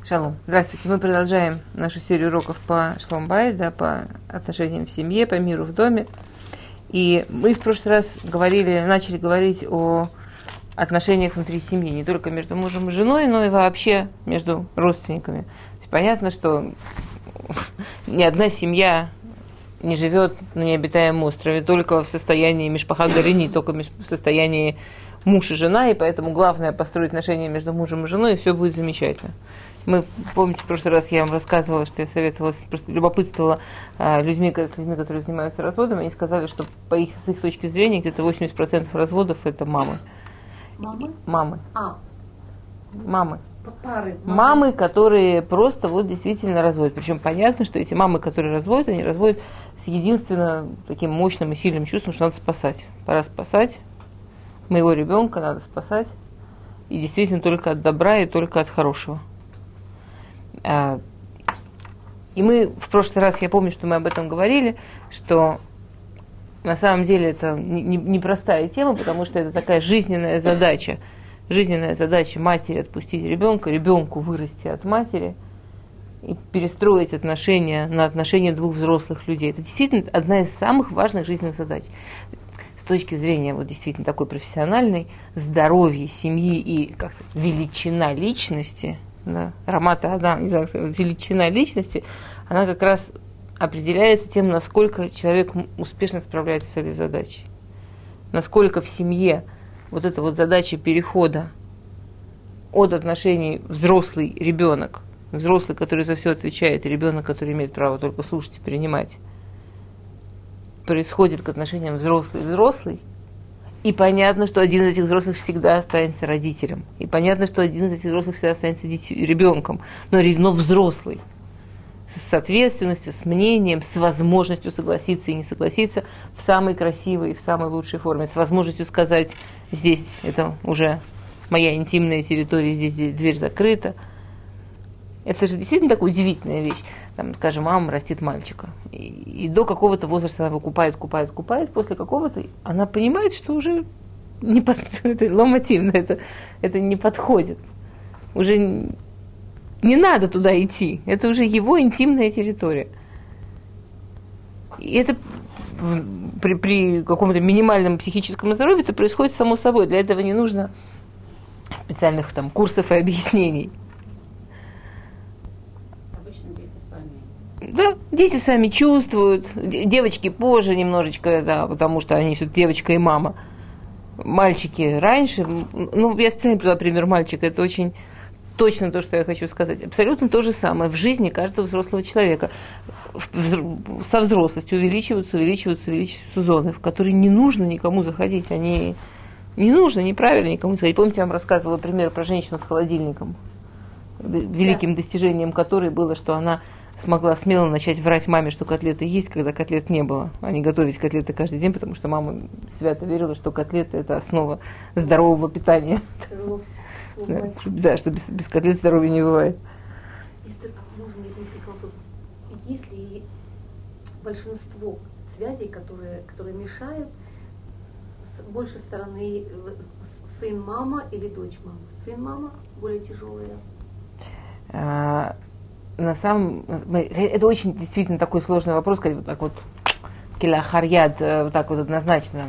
Шалом. Здравствуйте. Мы продолжаем нашу серию уроков по Шлом Байт, да, по отношениям в семье, по миру в доме. И мы в прошлый раз начали говорить о отношениях внутри семьи, не только между мужем и женой, но и вообще между родственниками. Понятно, что ни одна семья не живет на необитаемом острове только в состоянии мишпаха гарини, только в состоянии муж и жена, и поэтому главное построить отношения между мужем и женой, и все будет замечательно. Мы, помните, в прошлый раз я вам рассказывала, что я советовала, просто любопытствовала с людьми, которые занимаются разводом, они сказали, что с их точки зрения где-то 80% разводов это мамы. Мамы? Мамы. Мамы. Пары. Мамы, которые просто вот действительно разводят. Причем понятно, что эти мамы, которые разводят, они разводят с единственно таким мощным и сильным чувством, что надо спасать. Пора спасать. Моего ребенка надо спасать. И действительно только от добра и только от хорошего. И мы в прошлый раз, я помню, что мы об этом говорили, что на самом деле это непростая тема, потому что это такая жизненная задача матери отпустить ребенка, ребенку вырасти от матери и перестроить отношения на отношения двух взрослых людей. Это действительно одна из самых важных жизненных задач. С точки зрения вот действительно такой профессиональной, здоровья семьи и как-то величина личности, да, Рамата Адам, не знаю, величина личности, она как раз определяется тем, насколько человек успешно справляется с этой задачей. Насколько в семье вот эта вот задача перехода от отношений взрослый-ребенок, взрослый, который за все отвечает, и ребенок, который имеет право только слушать и принимать, происходит к отношениям взрослый-взрослый, и понятно, что один из этих взрослых всегда останется родителем. И понятно, что один из этих взрослых всегда останется ребенком, но взрослый. С ответственностью, с мнением, с возможностью согласиться и не согласиться в самой красивой и в самой лучшей форме. С возможностью сказать, здесь это уже моя интимная территория, здесь дверь закрыта. Это же действительно такая удивительная вещь. Там, скажем, мама растит мальчика. И до какого-то возраста она его купает. После какого-то она понимает, что уже это ломотивно, это не подходит. Уже не надо туда идти. Это уже его интимная территория. И это при каком-то минимальном психическом здоровье это происходит само собой. Для этого не нужно специальных там курсов и объяснений. Да, дети сами чувствуют, девочки позже немножечко, да, потому что они все-таки девочка и мама. Мальчики раньше, я специально привела пример мальчика, это очень точно то, что я хочу сказать. Абсолютно то же самое в жизни каждого взрослого человека. Со взрослостью увеличиваются зоны, в которые не нужно никому заходить, они не нужно, неправильно никому заходить. Помните, я вам рассказывала пример про женщину с холодильником, великим достижением которой было, что она смогла смело начать врать маме, что котлеты есть, когда котлет не было, а не готовить котлеты каждый день, потому что мама свято верила, что котлеты – это основа здорового питания. Да, что без котлет здоровья не бывает. Можно несколько вопросов. Есть ли большинство связей, которые мешают, больше стороны сын-мама или дочь-мама? Сын-мама более тяжелая? Это очень действительно такой сложный вопрос, сказать вот так вот, килахарьяд, вот так вот однозначно.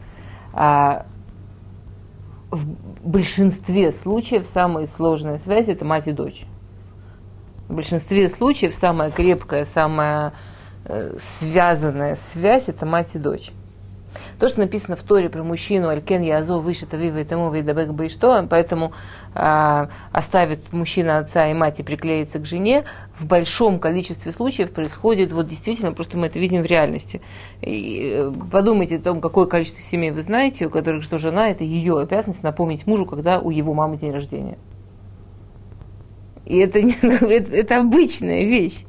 В большинстве случаев самая сложная связь – это мать и дочь. В большинстве случаев самая крепкая, самая связанная связь – это мать и дочь. То, что написано в Торе про мужчину, Алькен Язов, выше Тавива и Тому, Вейдабек Бейшто, поэтому оставит мужчина отца и мать и приклеится к жене, в большом количестве случаев происходит, вот действительно, просто мы это видим в реальности. И подумайте о том, какое количество семей вы знаете, у которых что жена, это ее обязанность напомнить мужу, когда у его мамы день рождения. И это обычная вещь.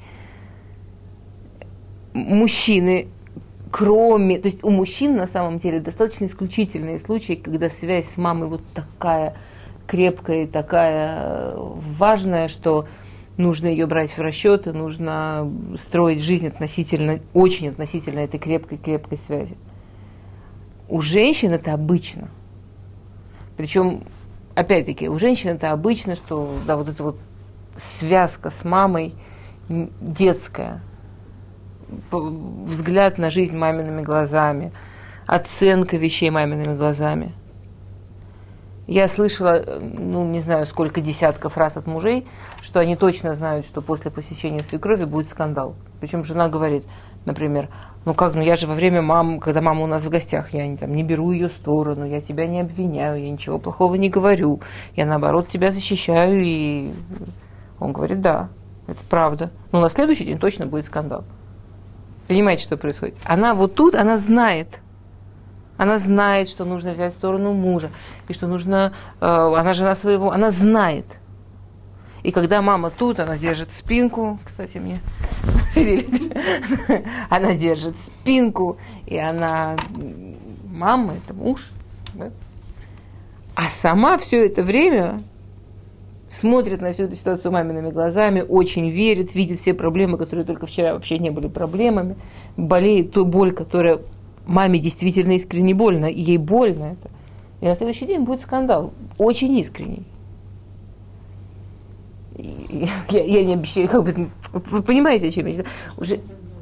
Мужчины, то есть у мужчин на самом деле достаточно исключительные случаи, когда связь с мамой вот такая крепкая и такая важная, что нужно ее брать в расчет, и нужно строить жизнь очень относительно этой крепкой связи. У женщин это обычно. Причем, опять-таки, у женщин это обычно, что да, вот это вот связка с мамой детская, взгляд на жизнь мамиными глазами, оценка вещей мамиными глазами. Я слышала, не знаю, сколько десятков раз от мужей, что они точно знают, что после посещения свекрови будет скандал. Причем жена говорит, например, я же во время когда мама у нас в гостях, я не беру ее сторону, я тебя не обвиняю, я ничего плохого не говорю, я наоборот тебя защищаю, и он говорит, да, это правда. Но на следующий день точно будет скандал. Понимаете, что происходит? Она вот тут, она знает, что нужно взять сторону мужа, и что нужно, она жена своего, она знает. И когда мама тут, она держит спинку, кстати, мне она держит спинку, и мама, это муж, да? А сама все это время смотрит на всю эту ситуацию мамиными глазами, очень верит, видит все проблемы, которые только вчера вообще не были проблемами, болеет ту боль, которая маме действительно искренне больно, и ей больно это. И на следующий день будет скандал, очень искренний. Я не обещаю, вы понимаете, о чем я? Уже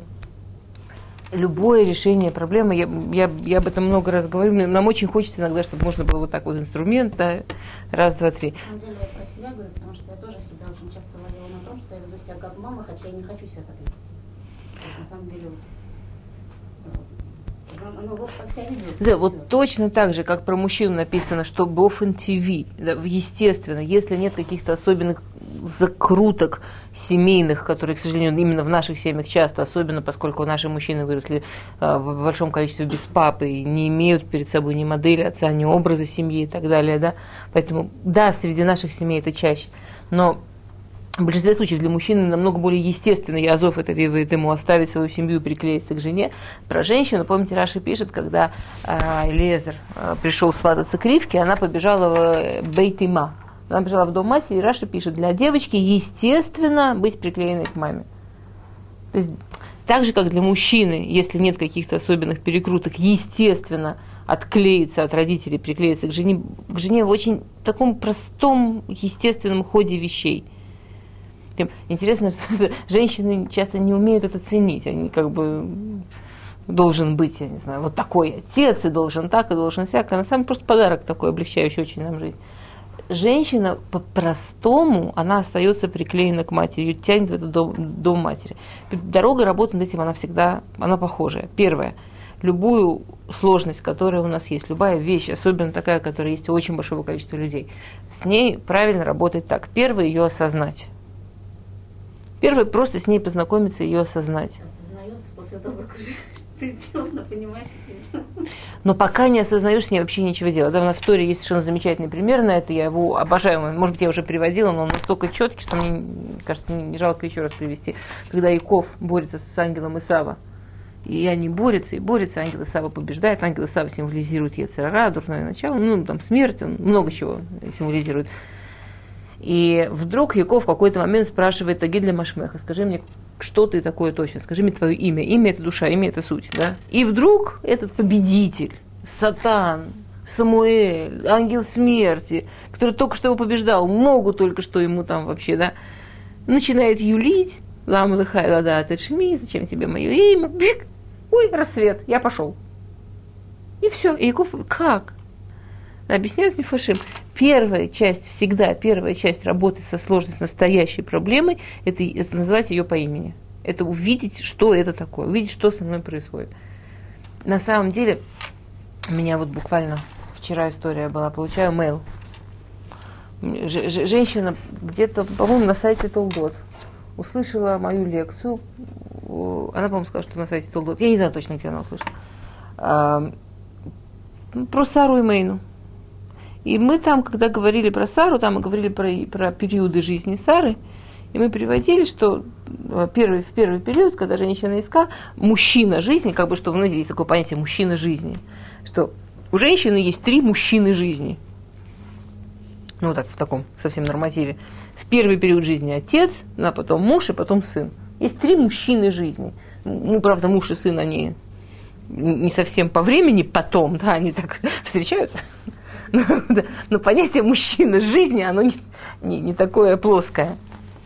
любое решение проблемы, я об этом много раз говорю, нам очень хочется иногда, чтобы можно было вот так вот инструмент, да, раз, два, три. На самом деле я про себя говорю, потому что я тоже себя очень часто ловила на том, что я веду себя как мама, хотя я не хочу себя так вести. То есть на самом деле как себя ведет. Вот точно так же, как про мужчин написано, что бофен ТВ, да, естественно, если нет каких-то особенных закруток семейных, которые, к сожалению, именно в наших семьях часто, особенно поскольку наши мужчины выросли в большом количестве без папы и не имеют перед собой ни модели отца, ни образа семьи и так далее, да, поэтому, да, среди наших семей это чаще, но в большинстве случаев для мужчины намного более естественно, и Азов это веет ему оставить свою семью и приклеиться к жене. Про женщину, помните, Раши пишет, когда Элиэзер пришел свататься к Ривке, она побежала в Бейт-Има. Она побежала в дом матери, и Раши пишет, для девочки естественно быть приклеенной к маме. То есть, так же, как для мужчины, если нет каких-то особенных перекруток, естественно отклеиться от родителей, приклеиться к жене в очень таком простом, естественном ходе вещей. Интересно, что женщины часто не умеют это ценить. Они должен быть, я не знаю, вот такой отец, и должен так, и должен сяк. А на самом деле просто подарок такой, облегчающий очень нам жизнь. Женщина по-простому, она остается приклеена к матери, ее тянет в этот дом матери. Дорога работы над этим, она похожая. Первое. Любую сложность, которая у нас есть, любая вещь, особенно такая, которая есть у очень большого количества людей, с ней правильно работать так. Первое, ее осознать. Первое, просто с ней познакомиться и ее осознать. Осознается после того, как уже ты сделано, понимаешь? Но пока не осознаешь, с ней вообще нечего делать. Да, у нас в Торе есть совершенно замечательный пример на это, я его обожаю, может быть, я уже приводила, но он настолько четкий, что мне кажется, не жалко еще раз привести. Когда Яков борется с ангелом Исава, и они борются, ангел Исава побеждает, ангел Исава символизирует Йецер ара, дурное начало, смерть, он много чего символизирует. И вдруг Яков в какой-то момент спрашивает Агидля Машмеха, скажи мне, что ты такое точно, скажи мне твое имя. Имя – это душа, имя – это суть. Да? И вдруг этот победитель, Сатан, Самуэль, ангел смерти, который только что его побеждал, ногу только что ему там вообще, да, начинает юлить, лам лыхай лада атэчми, зачем тебе мое имя, бик, ой, рассвет, я пошел. И все. И Яков, как? Объясняют Мифашим. Первая часть работы со сложной, настоящей проблемой, это назвать ее по имени. Это увидеть, что это такое, увидеть, что со мной происходит. На самом деле, у меня вот буквально вчера история была, получаю мейл. Женщина где-то, по-моему, на сайте Толдот услышала мою лекцию. Она, по-моему, сказала, что на сайте Толдот. Я не знаю точно, где она услышала. Про Сару и Мейну. И мы там, когда говорили про Сару, там мы говорили про периоды жизни Сары, и мы приводили, что в первый период, когда женщина искала, мужчина жизни, что в нас есть такое понятие мужчина жизни, что у женщины есть 3 мужчины жизни. Так, в таком совсем нормативе. В первый период жизни отец, а потом муж и потом сын. Есть 3 мужчины жизни. Правда, муж и сын, они не совсем по времени потом, да, они так встречаются. Но понятие мужчины жизни, оно не такое плоское.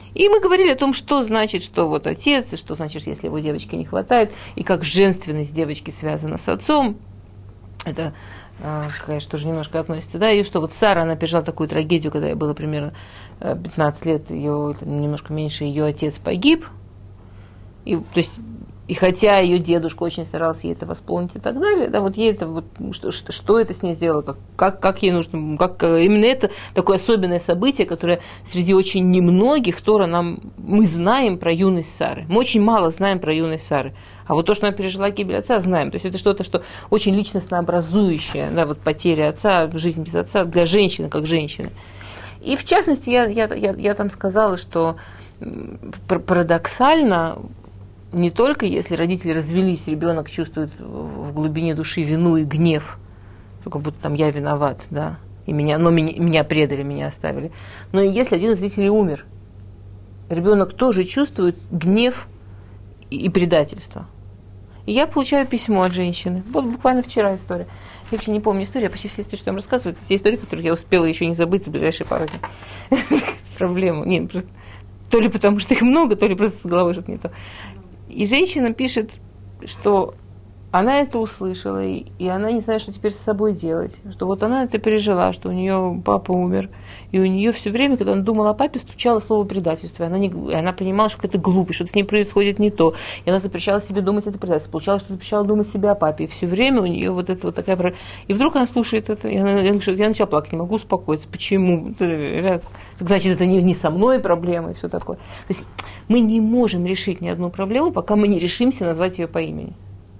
И мы говорили о том, что значит, что вот отец, и что значит, если его девочке не хватает, и как женственность девочки связана с отцом. Это, конечно, тоже немножко относится, да, и что вот Сара, она пережила такую трагедию, когда ей было примерно 15 лет, ее, немножко меньше, ее отец погиб, и, то есть, и хотя ее дедушка очень старался ей это восполнить и так далее, да, вот ей это, вот, что это с ней сделало, как ей нужно, как именно это такое особенное событие, которое среди очень немногих Тора мы знаем про юность Сары. Мы очень мало знаем про юность Сары. А вот то, что она пережила гибель отца, знаем. То есть это что-то, что очень личностно образующее, да, вот потеря отца, жизнь без отца для женщины, как женщины. И в частности, я там сказала, что парадоксально, не только если родители развелись, ребенок чувствует в глубине души вину и гнев, что как будто там я виноват, да, и меня предали, меня оставили. Но и если один из родителей умер, ребенок тоже чувствует гнев и предательство. И я получаю письмо от женщины. Вот буквально вчера история. Я вообще не помню историю, почти все истории, что я вам рассказываю, это те истории, которые я успела еще не забыть за ближайшие пару дней. Проблема. Нет, просто то ли потому, что их много, то ли просто с головой что-то не то. И женщина пишет, что она это услышала, и она не знает, что теперь с собой делать. Что вот она это пережила, что у нее папа умер, и у нее все время, когда она думала о папе, стучало слово предательство. И она понимала, что это глупость, что-то с ней происходит не то. И она запрещала себе думать это предательство. Получалось, что запрещала думать себе о папе. И все время у нее вот это вот такая проблема. И вдруг она слушает это, и я начала плакать, не могу успокоиться. Почему? Так значит, это не со мной проблема и все такое. То есть мы не можем решить ни одну проблему, пока мы не решимся назвать ее по имени.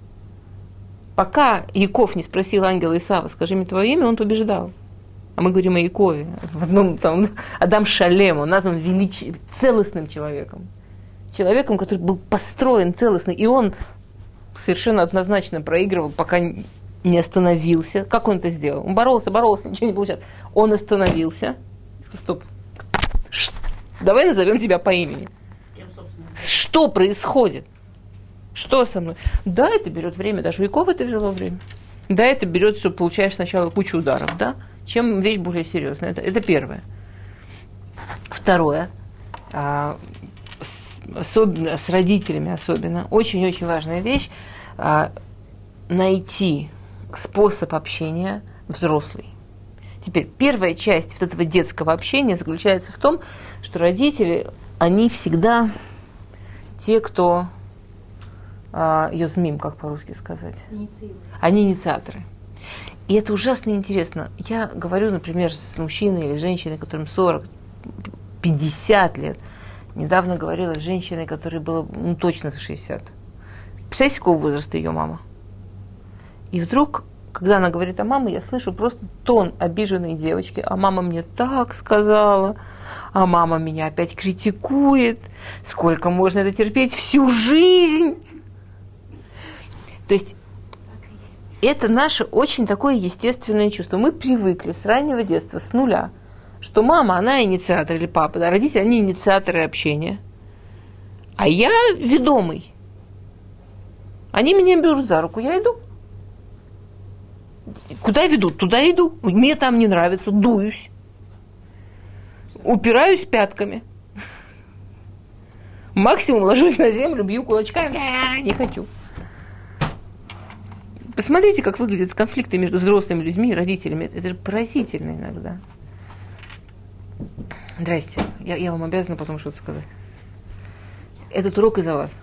Пока Яков не спросил ангела Исава, скажи мне твое имя, он побеждал. А мы говорим о Якове. В одном, там, Адам Шалем, он назван целостным человеком. Человеком, который был построен целостно. И он совершенно однозначно проигрывал, пока не остановился. Как он это сделал? Он боролся, ничего не получалось. Он остановился. Стоп. Давай назовем тебя по имени. Что происходит? Что со мной? Да, это берет время, даже у Якова это взяло время. Да, это берет, что получаешь сначала кучу ударов, да, чем вещь более серьезная. Это первое. Второе, особенно с родителями особенно, очень-очень важная вещь, найти способ общения взрослый. Теперь, первая часть вот этого детского общения заключается в том, что родители, они всегда те, кто... Йозмим, как по-русски сказать. Они инициаторы. И это ужасно интересно. Я говорю, например, с мужчиной или женщиной, которым 40, 50 лет. Недавно говорила с женщиной, которой было точно за 60. Представляете, какого возраста ее мама? И вдруг, когда она говорит о маме, я слышу просто тон обиженной девочки. А мама мне так сказала. А мама меня опять критикует. Сколько можно это терпеть? Всю жизнь! То есть это наше очень такое естественное чувство. Мы привыкли с раннего детства, с нуля, что мама, она инициатор, или папа, да, родители, они инициаторы общения. А я ведомый. Они меня берут за руку, я иду. Куда ведут? Туда иду. Мне там не нравится, дуюсь. Упираюсь пятками. Максимум ложусь на землю, бью кулачками. Не хочу. Посмотрите, как выглядят конфликты между взрослыми людьми и родителями. Это же поразительно иногда. Здрасте. Я вам обязана потом что-то сказать. Этот урок из-за вас.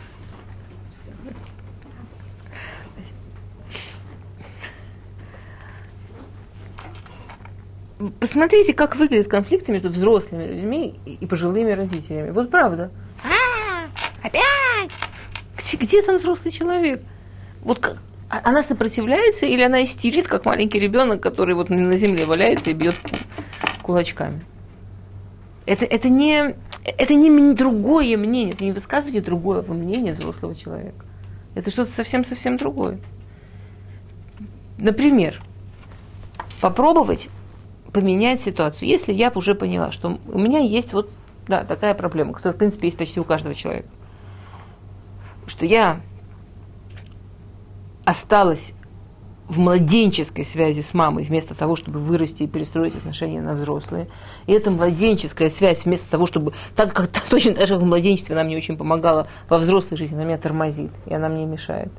Посмотрите, как выглядят конфликты между взрослыми людьми и пожилыми родителями. Вот правда. Опять! Где там взрослый человек? Вот как... Она сопротивляется или она истерит, как маленький ребенок, который вот на земле валяется и бьет кулачками? Это не другое мнение, это не высказывание другое мнение взрослого человека. Это что-то совсем-совсем другое. Например, попробовать поменять ситуацию. Если я уже поняла, что у меня есть вот такая проблема, которая, в принципе, есть почти у каждого человека, что я осталась в младенческой связи с мамой, вместо того, чтобы вырасти и перестроить отношения на взрослые. И эта младенческая связь, вместо того, чтобы, точно так же, как в младенчестве она мне очень помогала, во взрослой жизни она меня тормозит, и она мне мешает.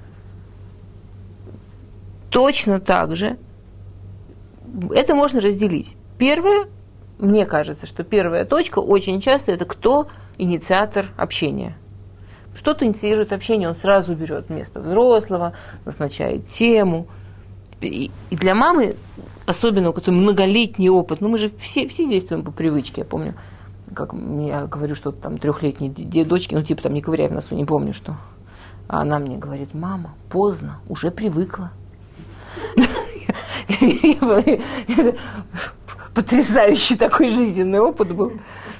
Точно так же это можно разделить. Первое, мне кажется, что первая точка очень часто это кто инициатор общения. Что-то инициирует общение, он сразу берет место взрослого, назначает тему. И для мамы, особенно у которой многолетний опыт, мы же все действуем по привычке. Я помню, как я говорю что-то там 3-летней дочке, там не ковыряй в носу, не помню что. А она мне говорит: мама, поздно, уже привыкла. Потрясающий такой жизненный опыт был.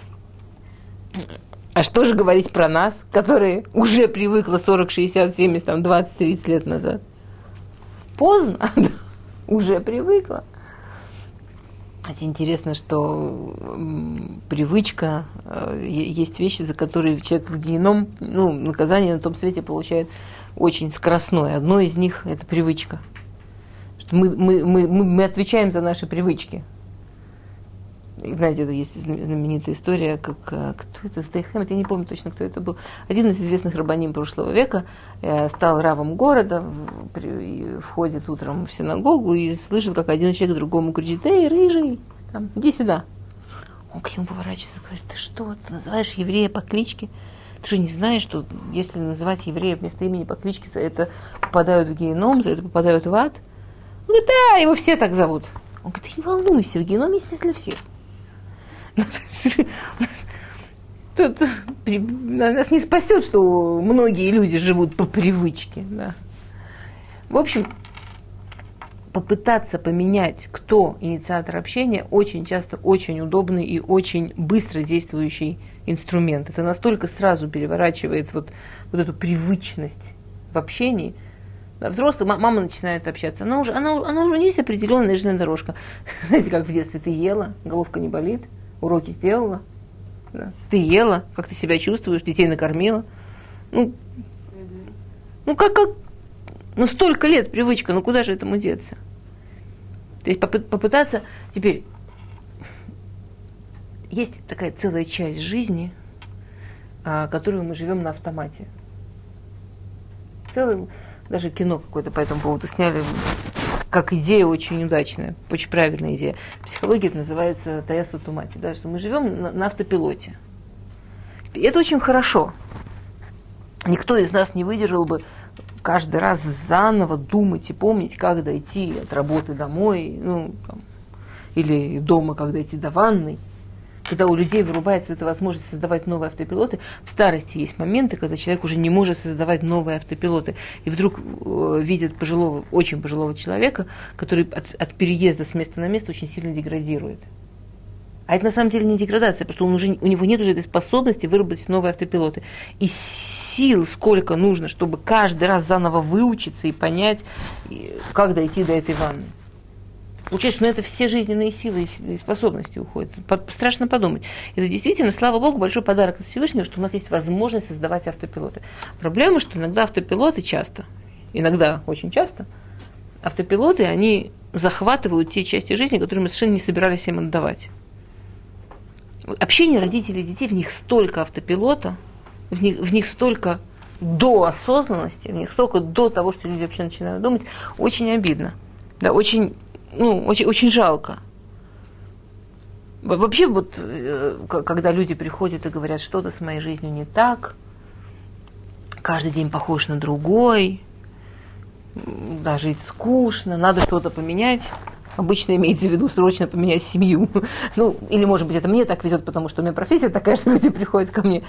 А что же говорить про нас, которые уже привыкла 40, 60, 70, 20, 30 лет назад? Поздно, уже привыкла. Хотя интересно, что привычка, есть вещи, за которые человек в геном, наказание на том свете получает очень скоростное. Одно из них – это привычка. Что мы отвечаем за наши привычки. Знаете, это есть знаменитая история, как кто это, Сдейхемет, я не помню точно, кто это был. Один из известных рабаним прошлого века стал равом города, входит утром в синагогу и слышит, как один человек другому кричит: «Эй, рыжий, иди сюда». Он к нему поворачивается и говорит: «Ты что, ты называешь еврея по кличке? Ты же не знаешь, что если называть еврея вместо имени по кличке, за это попадают в геном, за это попадают в ад?» Он говорит: «Да, его все так зовут». Он говорит: «Ты не волнуйся, в геноме есть место для всех». Тут нас не спасет, что многие люди живут по привычке. Да. В общем, попытаться поменять, кто инициатор общения, очень часто очень удобный и очень быстро действующий инструмент. Это настолько сразу переворачивает вот эту привычность в общении. Да, взрослый, мама начинает общаться, она уже у нее есть определенная жизненная дорожка. Знаете, как в детстве: ты ела, головка не болит, уроки сделала, да. Ты ела, как ты себя чувствуешь, детей накормила. Столько лет привычка, куда же этому деться? То есть попытаться теперь. Есть такая целая часть жизни, которую мы живем на автомате. Даже кино какое-то по этому поводу сняли. Как идея очень удачная, очень правильная идея. В психологии это называется таяс автомати, да, что мы живем на автопилоте. И это очень хорошо. Никто из нас не выдержал бы каждый раз заново думать и помнить, как дойти от работы домой, или дома, как дойти до ванной. Когда у людей вырубается эта возможность создавать новые автопилоты, в старости есть моменты, когда человек уже не может создавать новые автопилоты. И вдруг видит очень пожилого человека, который от переезда с места на место очень сильно деградирует. А это на самом деле не деградация, потому что у него нет уже этой способности выработать новые автопилоты. И сил сколько нужно, чтобы каждый раз заново выучиться и понять, как дойти до этой ванны. Получается, что на это все жизненные силы и способности уходят. Страшно подумать. Это действительно, слава Богу, большой подарок от Всевышнего, что у нас есть возможность создавать автопилоты. Проблема, что иногда автопилоты иногда очень часто, автопилоты, они захватывают те части жизни, которые мы совершенно не собирались им отдавать. Общение родителей и детей, в них столько автопилота, в них столько до осознанности, в них столько до того, что люди вообще начинают думать, очень обидно. Да, очень жалко. Вообще, когда люди приходят и говорят: что-то с моей жизнью не так, каждый день похож на другой, да, жить скучно, надо что-то поменять. Обычно имеется в виду срочно поменять семью. Или, может быть, это мне так везет, потому что у меня профессия такая, что люди приходят ко мне.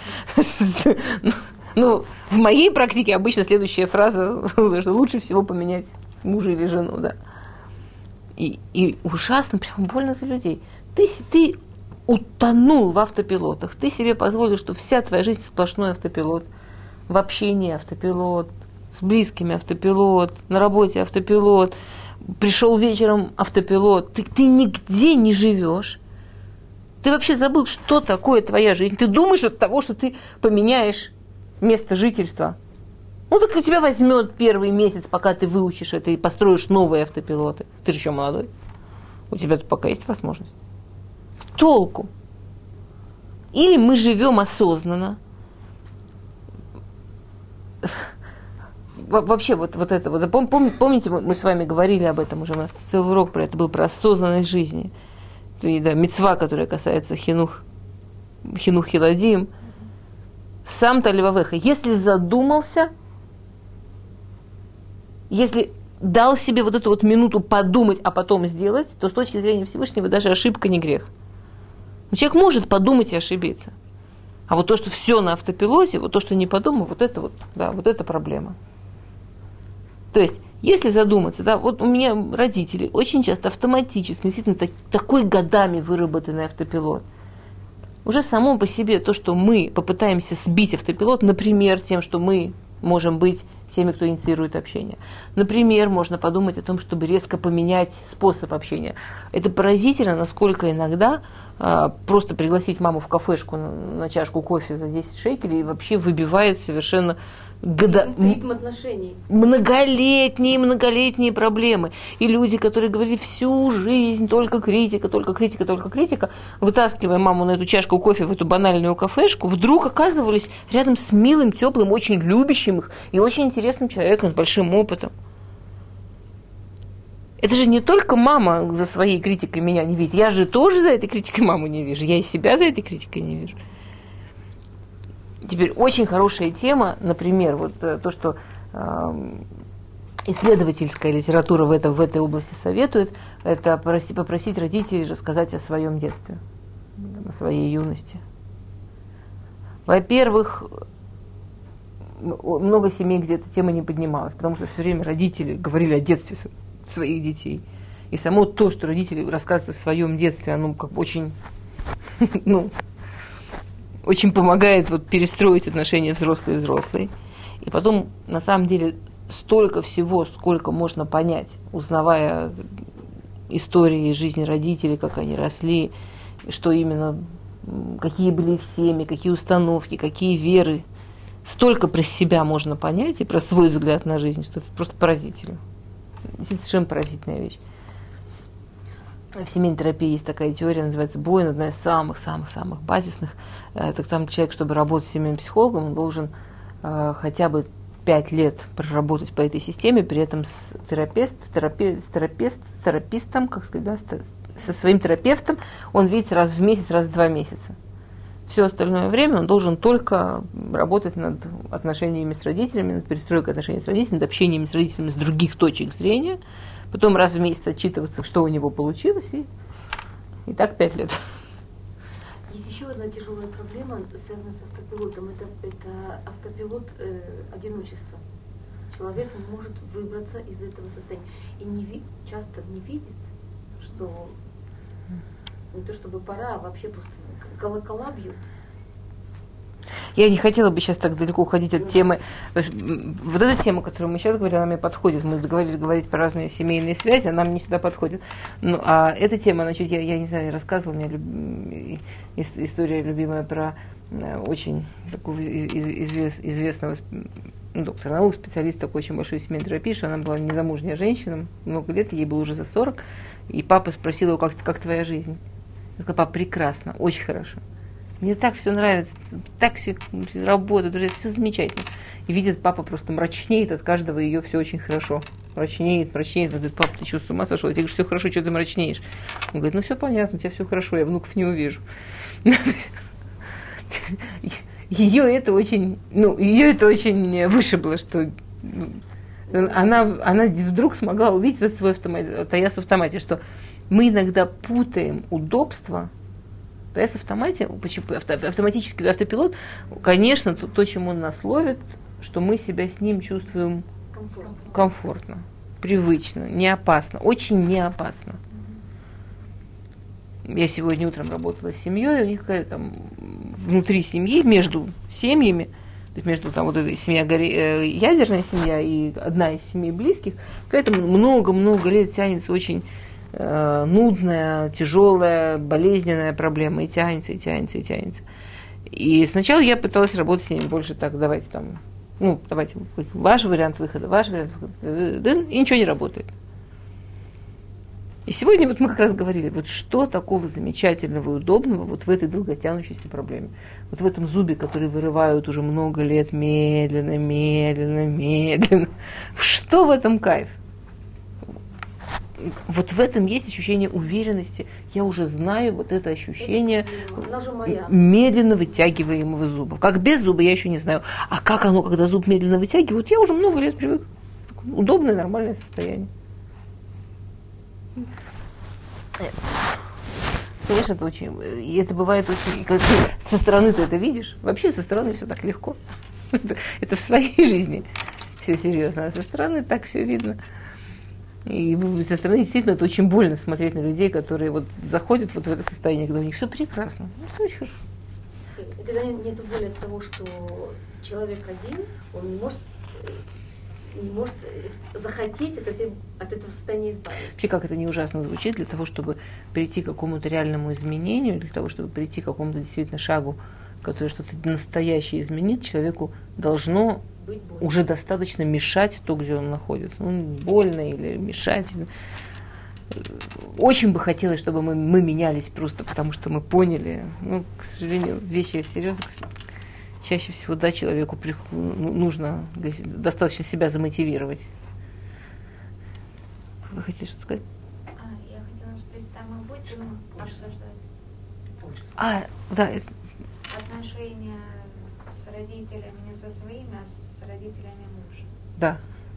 В моей практике обычно следующая фраза, что лучше всего поменять мужа или жену, да. И ужасно, прям больно за людей. Ты утонул в автопилотах. Ты себе позволил, что вся твоя жизнь сплошной автопилот. В общении автопилот, с близкими автопилот, на работе автопилот. Пришел вечером автопилот. Ты нигде не живешь. Ты вообще забыл, что такое твоя жизнь. Ты думаешь от того, что ты поменяешь место жительства. Ну, так у тебя возьмет первый месяц, пока ты выучишь это и построишь новые автопилоты. Ты же еще молодой. У тебя тут пока есть возможность. Толку? Или мы живем осознанно. Вообще, вот это, помните, мы с вами говорили об этом уже, у нас целый урок про это был, про осознанность жизни. И, да, мицва, которая касается хинух хиладим. Сам-то левавеха, если задумался, если дал себе вот эту вот минуту подумать, а потом сделать, то с точки зрения Всевышнего даже ошибка не грех. Но человек может подумать и ошибиться. А вот то, что все на автопилоте, вот то, что не подумал, вот это проблема. То есть, если задуматься, да, вот у меня родители очень часто автоматически, действительно, такой годами выработанный автопилот. Уже само по себе то, что мы попытаемся сбить автопилот, например, тем, что мы можем быть теми, кто инициирует общение. Например, можно подумать о том, чтобы резко поменять способ общения. Это поразительно, насколько иногда просто пригласить маму в кафешку на чашку кофе за 10 шекелей и вообще выбивает совершенно многолетние проблемы. И люди, которые говорили всю жизнь только критика, вытаскивая маму на эту чашку кофе в эту банальную кафешку, вдруг оказывались рядом с милым, теплым, очень любящим их и очень интересным человеком с большим опытом. Это же не только мама за своей критикой меня не видит. Я же тоже за этой критикой маму не вижу. Я и себя за этой критикой не вижу. Теперь очень хорошая тема, например, вот то, что исследовательская литература в этой области советует, это попросить родителей рассказать о своем детстве, о своей юности. Во-первых, много семей, где эта тема не поднималась, потому что все время родители говорили о детстве своих детей. И само то, что родители рассказывают о своем детстве, оно как бы очень, очень помогает вот перестроить отношения взрослый-взрослый. И потом, на самом деле, столько всего, сколько можно понять, узнавая истории жизни родителей, как они росли, что именно, какие были их семьи, какие установки, какие веры. Столько про себя можно понять и про свой взгляд на жизнь, что это просто поразительно. Это совершенно поразительная вещь. В семейной терапии есть такая теория, называется Бойн, одна из самых-самых-самых базисных. Так там человек, чтобы работать с семейным психологом, он должен хотя бы 5 лет проработать по этой системе, при этом с терапистом, как сказать, да, со своим терапевтом он видится раз в месяц, раз в 2 месяца. Все остальное время он должен только работать над отношениями с родителями, над перестройкой отношений с родителями, над общениями с родителями с других точек зрения, потом раз в месяц отчитываться, что у него получилось, и так 5 лет. Есть еще одна тяжелая проблема, связанная с автопилотом. Это автопилот одиночества. Человек не может выбраться из этого состояния. И часто не видит, что не то чтобы пора, а вообще просто колокола бьют. Я не хотела бы сейчас так далеко уходить от темы. Вот эта тема, которую мы сейчас говорим, она мне подходит. Мы договорились говорить про разные семейные связи, она мне всегда подходит. Ну, а эта тема, значит, я не знаю, я рассказывала, у меня история любимая про очень такого известного доктора наук, специалист такой очень большой семейной терапии, что она была незамужняя женщина, много лет, ей было уже за 40, и папа спросил его, как твоя жизнь? Я сказала: папа, прекрасно, очень хорошо. Мне так все нравится, так все работает, уже все замечательно. И видит, папа просто мрачнеет от каждого ее, все очень хорошо. Мрачнеет. Он говорит: папа, ты что, с ума сошел? Я тебе говорю, все хорошо, что ты мрачнеешь? Он говорит: ну все понятно, у тебя все хорошо, я внуков не увижу. Ее это очень вышибло, что она вдруг смогла увидеть этот свой таяс в автомате, что мы иногда путаем удобство. ТС автоматический автопилот, конечно, то, чем он нас ловит, что мы себя с ним чувствуем комфортно, привычно, не опасно, очень не опасно. Я сегодня утром работала с семьей, у них какая-то там внутри семьи, между семьями, то есть между там вот этой ядерная семья и одна из семей близких, какая-то много-много лет тянется очень нудная, тяжелая, болезненная проблема, и тянется. И сначала я пыталась работать с ними больше так, давайте там ну, давайте, ваш вариант выхода, и ничего не работает. И сегодня вот мы как раз говорили, вот что такого замечательного и удобного вот в этой долготянущейся проблеме. Вот в этом зубе, который вырывают уже много лет медленно, медленно, медленно. Что в этом кайф? Вот в этом есть ощущение уверенности. Я уже знаю вот это ощущение медленно вытягиваемого зуба. Как без зуба, я еще не знаю. А как оно, когда зуб медленно вытягивают, я уже много лет привык. Удобное, нормальное состояние. Конечно, это очень... И это бывает очень... Когда ты со стороны ты это видишь. Вообще со стороны все так легко. Это в своей жизни все серьезно. А со стороны так все видно. И со стороны действительно это очень больно смотреть на людей, которые вот заходят вот в это состояние, когда у них все прекрасно. Ну, что ж. Когда нет воли от того, что человек один, он не может захотеть от этого состояния избавиться. Вообще, как это не ужасно звучит, для того, чтобы прийти к какому-то реальному изменению, для того, чтобы прийти к какому-то действительно шагу, который что-то настоящее изменит, человеку должно уже достаточно мешать то, где он находится. Ну, больно или мешать. Очень бы хотелось, чтобы мы менялись просто потому, что мы поняли. Ну, к сожалению, вещи серьезные. Чаще всего, да, человеку нужно достаточно себя замотивировать. Вы хотите что-то сказать? Я хотела спросить, а мы будем обсуждать да. Отношения с родителями, не со своими, а с родителями мужа. Да.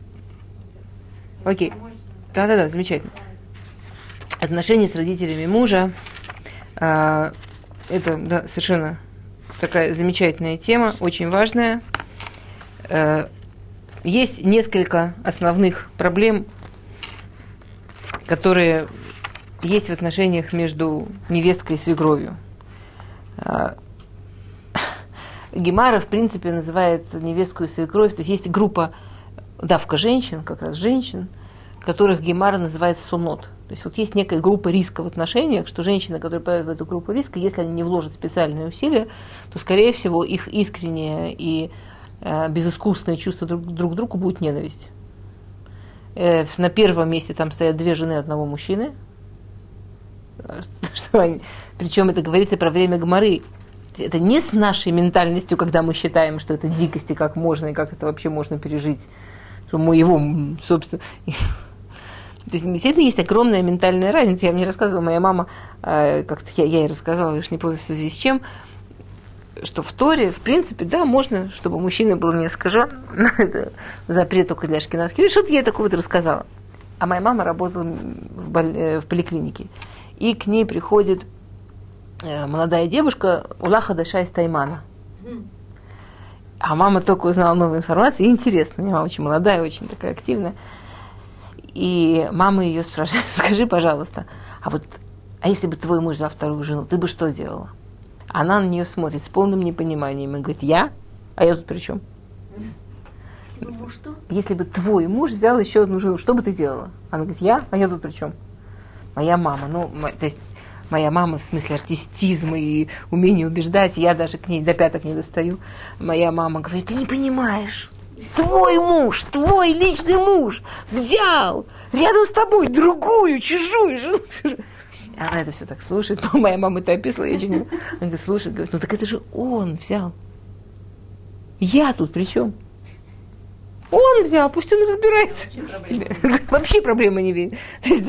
Окей. Да, замечательно. Отношения с родителями мужа, это, да, совершенно такая замечательная тема, очень важная. Есть несколько основных проблем, которые есть в отношениях между невесткой и свекровью. Гемара, в принципе, называет невестку и свекровь, то есть есть группа, давка женщин, как раз женщин, которых Гемара называет сунот. То есть вот есть некая группа риска в отношениях, что женщины, которые попадают в эту группу риска, если они не вложат специальные усилия, то, скорее всего, их искреннее и безыскусное чувство друг к другу будет ненависть. На первом месте там стоят две жены одного мужчины. Причем это говорится про время Гемары. Это не с нашей ментальностью, когда мы считаем, что это дикость, и как можно, и как это вообще можно пережить. Что мы его, собственно... То есть, действительно, есть огромная ментальная разница. Я мне рассказывала, моя мама, как-то я ей рассказала, я уж не помню в связи с чем, что в Торе, в принципе, да, можно, чтобы мужчина был не искажен, но это запрет только для ашкеназских. Что-то я такое вот рассказала. А моя мама работала в поликлинике, и к ней приходит молодая девушка Улаха Даша из Таймана. А мама только узнала новую информацию, и интересно, у меня мама очень молодая, очень такая активная. И мама ее спрашивает: скажи, пожалуйста, а если бы твой муж взял вторую жену, ты бы что делала? Она на нее смотрит с полным непониманием и говорит: я? А я тут при чем? Что? Если бы твой муж взял еще одну жену, что бы ты делала? Она говорит: я? А я тут при чем? Моя мама, то есть моя мама в смысле артистизма и умения убеждать, я даже к ней до пяток не достаю. Моя мама говорит: ты не понимаешь. Твой муж, твой личный муж взял рядом с тобой другую, чужую жену. Она это все так слушает. Моя мама это описала. Я она говорит, слушает, говорит: ну так это же он взял. Я тут при чем? Он взял, пусть он разбирается. Вообще проблемы не видит. То есть,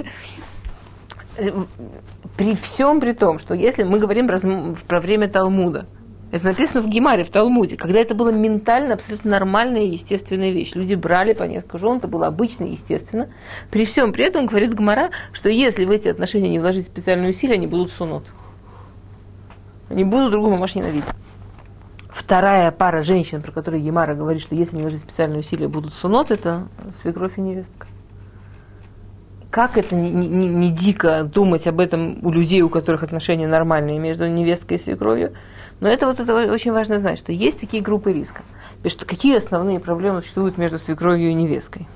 при всем при том, что если мы говорим про время Талмуда, это написано в Гемаре, в Талмуде, когда это было ментально абсолютно нормальная и естественная вещь. Люди брали по несколько жен, это было обычно и естественно. При всем при этом говорит Гемара, что если в эти отношения не вложить специальные усилия, они будут сунот. Они будут друг друга ненавидеть. Вторая пара женщин, про которую Гемара говорит, что если не вложить специальные усилия, будут сунот, это свекровь и невестка. Как это не дико думать об этом у людей, у которых отношения нормальные между невесткой и свекровью? Но это очень важно знать, что есть такие группы риска. И что какие основные проблемы существуют между свекровью и невесткой?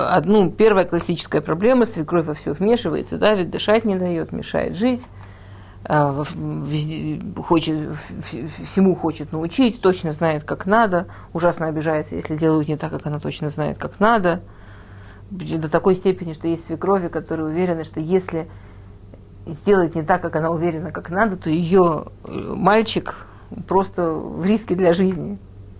Первая классическая проблема: свекровь во все вмешивается, давит, дышать не дает, мешает жить. всему хочет научить, точно знает, как надо, ужасно обижается, если делают не так, как она точно знает, как надо. До такой степени, что есть свекрови, которые уверены, что если сделать не так, как она уверена, как надо, то ее мальчик просто в риске для жизни.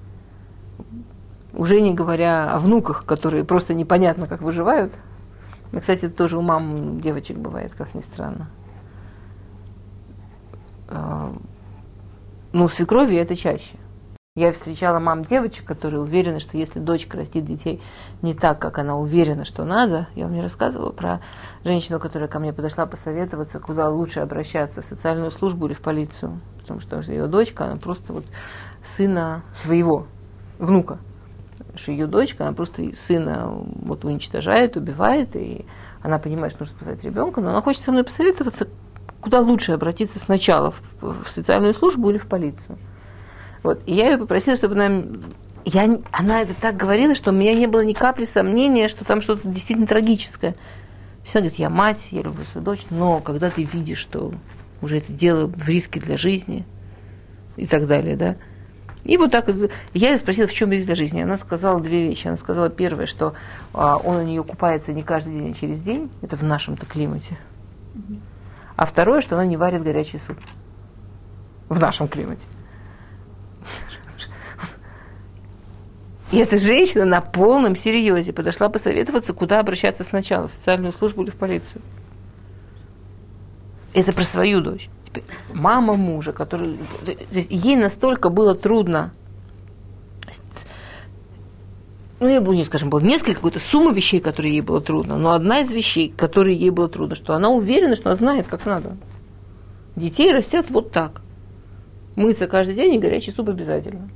Уже не говоря о внуках, которые просто непонятно, как выживают. И, кстати, это тоже у мам девочек бывает, как ни странно. Ну, свекрови это чаще. Я встречала мам девочек, которые уверены, что если дочка растит детей не так, как она уверена, что надо. Я вам не рассказывала про женщину, которая ко мне подошла посоветоваться, куда лучше обращаться, в социальную службу или в полицию. Потому что ее дочка, она просто вот сына своего, внука. Что ее дочка, она просто сына вот уничтожает, убивает, и она понимает, что нужно спасать ребенка, но она хочет со мной посоветоваться, куда лучше обратиться сначала, в социальную службу или в полицию. Вот. И я ее попросила, чтобы она это так говорила, что у меня не было ни капли сомнения, что там что-то действительно трагическое. Она говорит, я мать, я люблю свою дочь, но когда ты видишь, что уже это дело в риске для жизни и так далее, да. И вот так я ее спросила, в чем риск для жизни. Она сказала две вещи. Она сказала, первое, что он у нее купается не каждый день, а через день. Это в нашем-то климате. А второе, что она не варит горячий суп. В нашем климате. И эта женщина на полном серьезе подошла посоветоваться, куда обращаться сначала, в социальную службу или в полицию. Это про свою дочь. Теперь, мама мужа, который... Ей настолько было трудно... Ну, я не скажем, было несколько какой-то суммы вещей, которые ей было трудно, но одна из вещей, которые ей было трудно, что она уверена, что она знает, как надо. Детей растят вот так. Мыться каждый день и горячий суп обязательно.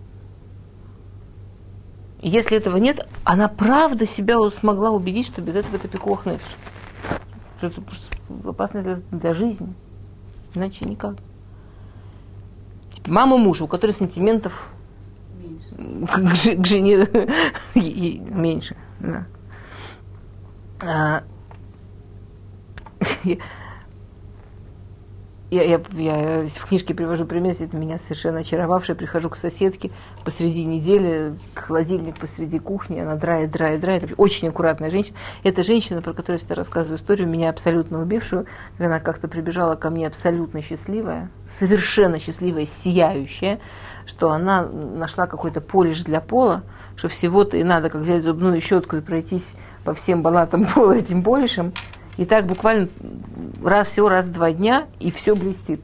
И если этого нет, она правда себя смогла убедить, что без этого это пикуах нефиш. Что это опасно для жизни. Иначе никак. Теперь мама мужа, у которой сантиментов к жене меньше. Да. Я в книжке привожу пример, это меня совершенно очаровавшая. Прихожу к соседке посреди недели, холодильник посреди кухни, она драет. Очень аккуратная женщина. Эта женщина, про которую я всегда рассказываю историю, меня абсолютно убившую. Она как-то прибежала ко мне абсолютно счастливая, совершенно счастливая, сияющая, что она нашла какой-то полиш для пола, что всего-то и надо, как взять зубную щетку и пройтись по всем балатам пола этим полишем. И так буквально всего раз в 2 дня, и все блестит.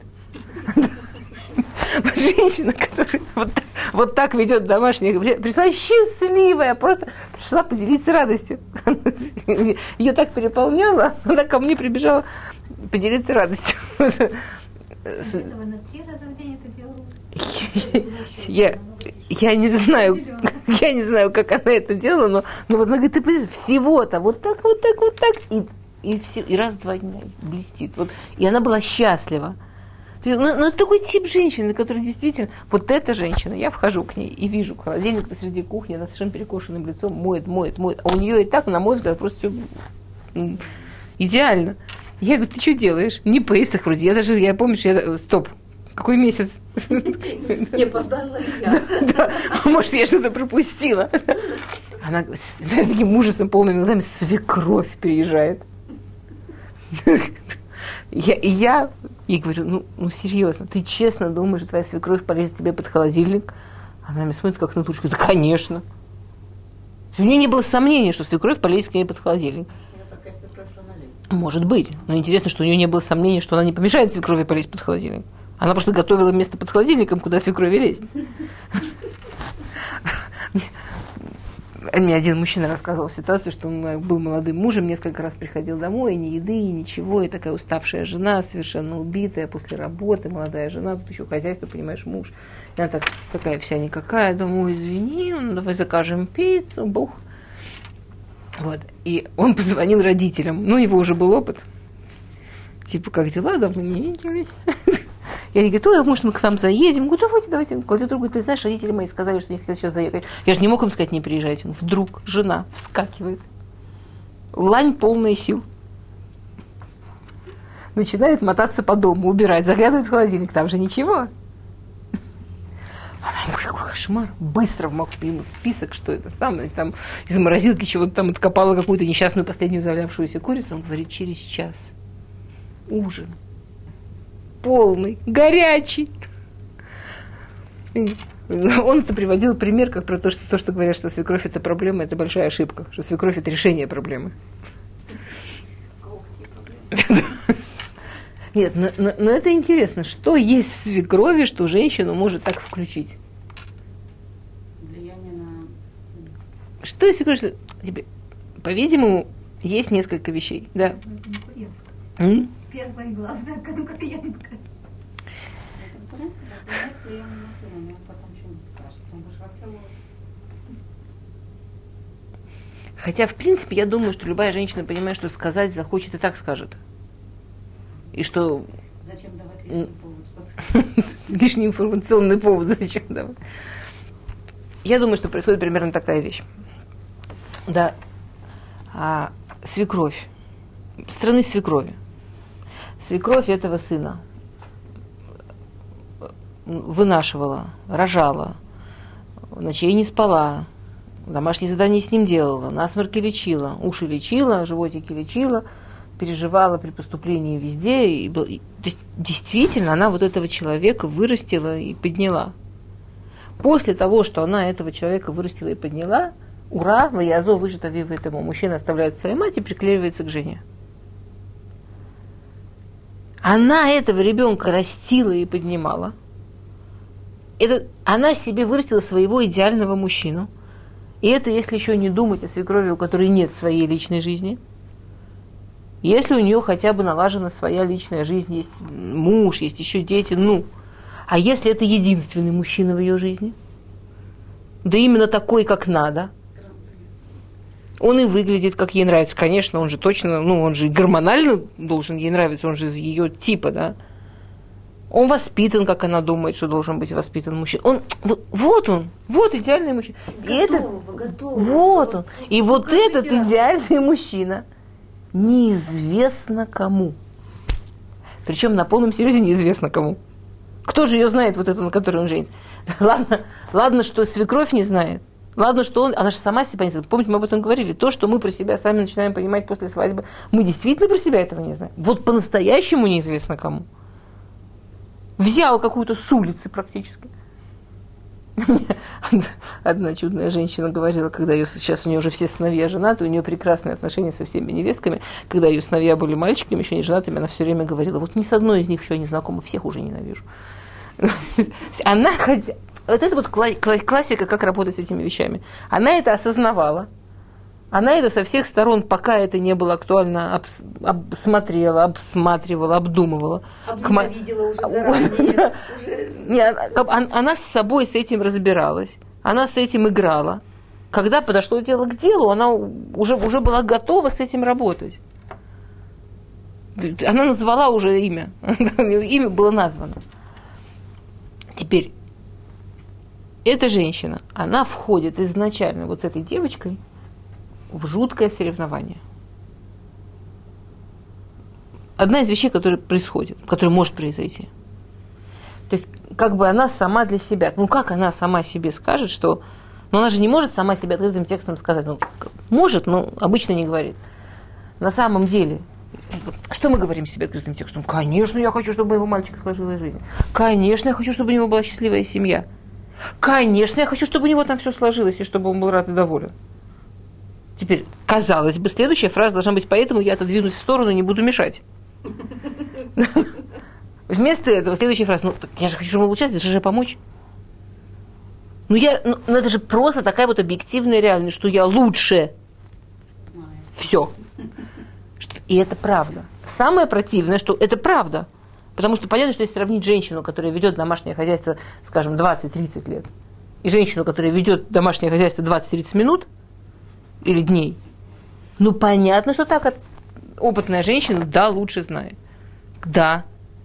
Женщина, которая вот так ведет домашнее, пришла счастливая, просто пришла поделиться радостью. Ее так переполняло, она ко мне прибежала поделиться радостью. Этого на 3 раза в день это делала? Я не знаю, как она это делала, но вот она говорит, ты всего-то вот так, и все, и раз в 2 дня блестит. Вот. И она была счастлива. Это такой тип женщины, который действительно... Вот эта женщина, я вхожу к ней и вижу холодильник посреди кухни, она совершенно перекошенным лицом моет. А у нее и так, на мой взгляд, просто все идеально. Я говорю, ты что делаешь? Не Пейсах вроде. Я помню, стоп, какой месяц? Не опоздала я. Да, может, я что-то пропустила. Она с таким ужасом, полными глазами, свекровь приезжает. Я ей говорю, ну серьезно, ты честно думаешь, что твоя свекровь полезет тебе под холодильник? Она мне смотрит как на тучку. Да, конечно. У нее не было сомнения, что свекровь полезет к ней под холодильник. Может быть. Но интересно, что у нее не было сомнения, что она не помешает свекрови полезть под холодильник. Она просто готовила место под холодильником, куда свекрови лезть. Мне один мужчина рассказывал ситуацию, что он был молодым мужем, несколько раз приходил домой, и ни еды, и ничего, и такая уставшая жена, совершенно убитая после работы, молодая жена, тут еще хозяйство, понимаешь, муж. И она такая вся никакая, думаю, извини, давай закажем пиццу, бух. Вот. И он позвонил родителям, его уже был опыт. Типа, как дела, давно не виделись. И они говорят, может, мы к вам заедем? Я говорю, давайте. Кладет трубку, ты знаешь, родители мои сказали, что не хотят сейчас заехать. Я же не мог им сказать, не приезжайте. Вдруг жена вскакивает. Лань полная сил. начинает мотаться по дому, убирать, заглядывает в холодильник, там же ничего. Она ему, какой кошмар, быстро в ему список, что это самое, там из морозилки чего-то там откопала какую-то несчастную последнюю завалявшуюся курицу. Он говорит, через час ужин полный, горячий. Он-то приводил пример, как про то, что говорят, что свекровь – это проблема, это большая ошибка, что свекровь – это решение проблемы. Нет, но это интересно, что есть в свекрови, что женщину может так включить? Влияние на сына. Что если свекровь? По-видимому, есть несколько вещей. Да. Первая и главная конкурентка. Хотя, в принципе, я думаю, что любая женщина понимает, что сказать захочет и так скажет. И что... Зачем давать лишний повод? Лишний информационный повод зачем давать? Я думаю, что происходит примерно такая вещь. Да. Свекровь. Страны свекрови. Свекровь этого сына вынашивала, рожала, ночей не спала, домашние задания с ним делала, насморки лечила, уши лечила, животики лечила, переживала при поступлении везде. То есть, действительно, она вот этого человека вырастила и подняла. После того, что она этого человека вырастила и подняла, ура, ваязо выжито вива этому. Мужчина оставляет свою мать и приклеивается к жене. Она этого ребенка растила и поднимала. Она себе вырастила своего идеального мужчину. И это если еще не думать о свекрови, у которой нет своей личной жизни. Если у нее хотя бы налажена своя личная жизнь, есть муж, есть еще дети, А если это единственный мужчина в ее жизни? Да именно такой, как надо. Он и выглядит, как ей нравится. Конечно, он же точно, он же гормонально должен ей нравиться, он же из ее типа, да. Он воспитан, как она думает, что должен быть воспитан мужчина. Вот идеальный мужчина. Вот он. И вот этот идеальный мужчина неизвестно кому. Причем на полном серьезе неизвестно кому. Кто же ее знает, вот эту, на которой он женится? Ладно, что свекровь не знает. Ладно, что она же сама себя не знает. Помните, мы об этом говорили. То, что мы про себя сами начинаем понимать после свадьбы, мы действительно про себя этого не знаем. Вот по-настоящему неизвестно кому. Взял какую-то с улицы практически. Одна чудная женщина говорила, когда сейчас у нее уже все сыновья женаты, у нее прекрасные отношения со всеми невестками. Когда ее сыновья были мальчиками, еще не женатыми, она все время говорила, вот ни с одной из них еще не знакома, всех уже ненавижу. Она хотя... Вот это вот классика, как работать с этими вещами. Она это осознавала. Она это со всех сторон, пока это не было актуально, смотрела, обсматривала, обдумывала. Видела уже заранее. Она с собой с этим разбиралась. Она с этим играла. Когда подошло дело к делу, она уже была готова с этим работать. Она назвала уже имя. Имя было названо. Теперь, эта женщина, она входит изначально вот с этой девочкой в жуткое соревнование. Одна из вещей, которая происходит, которая может произойти. То есть, как бы она сама для себя, как она сама себе скажет, что... она же не может сама себе открытым текстом сказать. Может, но обычно не говорит. На самом деле, что мы говорим себе открытым текстом? Конечно, я хочу, чтобы у моего мальчика сложилась жизнь. Конечно, я хочу, чтобы у него была счастливая семья. Конечно, я хочу, чтобы у него там все сложилось, и чтобы он был рад и доволен. Теперь, казалось бы, следующая фраза должна быть, поэтому я отодвинусь в сторону и не буду мешать. Вместо этого следующая фраза, я же хочу, чтобы он участвовал, это же помочь. Это же просто такая вот объективная реальность, что я лучше. Все. И это правда. Самое противное, что это правда. Потому что понятно, что если сравнить женщину, которая ведет домашнее хозяйство, скажем, 20-30 лет, и женщину, которая ведет домашнее хозяйство 20-30 минут или дней, понятно, что так опытная женщина, лучше знает. Да.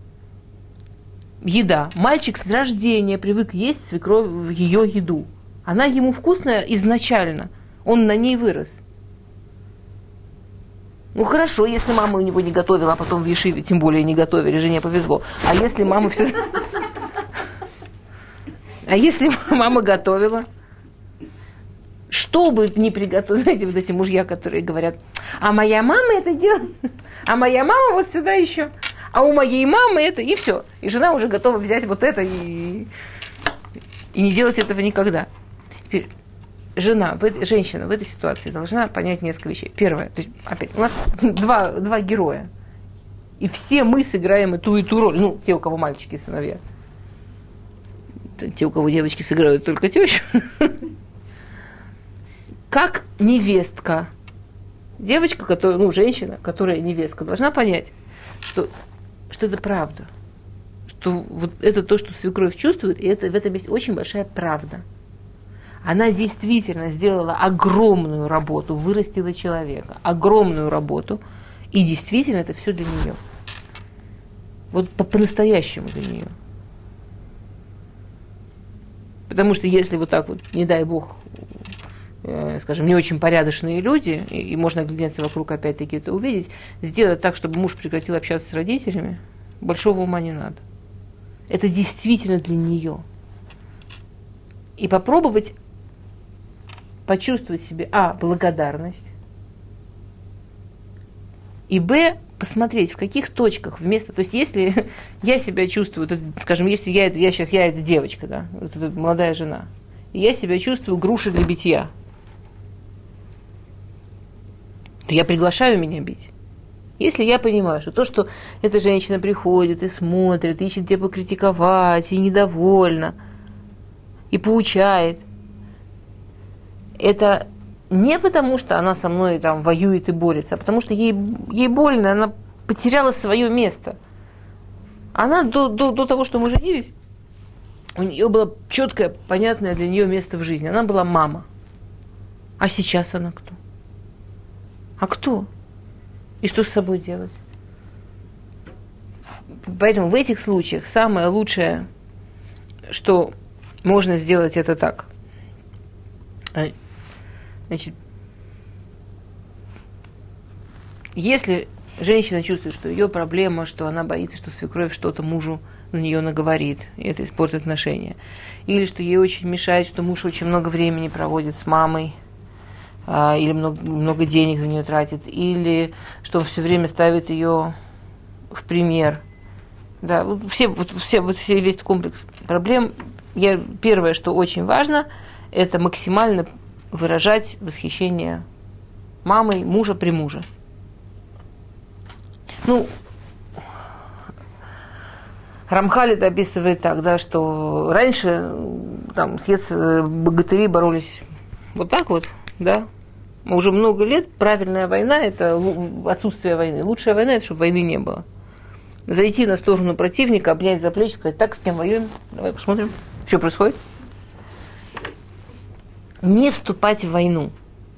Еда. Мальчик с рождения привык есть свекровь ее еду. Она ему вкусная изначально. Он на ней вырос. Ну хорошо, если мама у него не готовила, а потом в Ешиве тем более не готовили, жене повезло. А если мама все... А если мама готовила? Что бы ни приготовила, знаете, вот эти мужья, которые говорят, а моя мама это делала, а моя мама вот сюда еще, а у моей мамы это, и все. И жена уже готова взять вот это и не делать этого никогда. Теперь, женщина в этой ситуации должна понять несколько вещей. Первое, то есть, опять, у нас два героя. И все мы сыграем и ту роль. Ну, те, у кого мальчики, сыновья. Те, у кого девочки сыграют только тещу. Как невестка. Девочка, которая, ну, женщина, которая невестка, должна понять, что это правда. Что вот это то, что свекровь чувствует, и это, в этом есть очень большая правда. Она действительно сделала огромную работу, вырастила человека, огромную работу, и действительно это все для нее. Вот по-настоящему для нее. Потому что если вот так вот, не дай бог, скажем, не очень порядочные люди, и можно оглядеться вокруг, опять-таки это увидеть, сделать так, чтобы муж прекратил общаться с родителями, большого ума не надо. Это действительно для нее. И попробовать почувствовать в себе, благодарность, и, посмотреть, в каких точках вместо... То есть, если я себя чувствую, скажем, если я эта девочка, да, вот эта молодая жена, и я себя чувствую грушей для битья, то я приглашаю меня бить. Если я понимаю, что то, что эта женщина приходит и смотрит, ищет где покритиковать, и недовольна, и поучает, это не потому, что она со мной там воюет и борется, а потому что ей больно, она потеряла свое место. Она до того, что мы женились, у нее было четкое, понятное для нее место в жизни. Она была мама. А сейчас она кто? А кто? И что с собой делать? Поэтому в этих случаях самое лучшее, что можно сделать, это так. Значит, если женщина чувствует, что ее проблема, что она боится, что свекровь что-то мужу на нее наговорит, и это испортит отношения, или что ей очень мешает, что муж очень много времени проводит с мамой, или много денег на нее тратит, или что он все время ставит ее в пример. Да, весь комплекс проблем. Первое, что очень важно, это максимально выражать восхищение мамой мужа при муже. Ну, Рамхаль это описывает так, да, что раньше там богатыри боролись вот так вот, да. Уже много лет правильная война – это отсутствие войны. Лучшая война – это чтобы войны не было. Зайти на сторону противника, обнять за плечи, сказать, так, с кем воюем, давай посмотрим, что происходит. Не вступать в войну.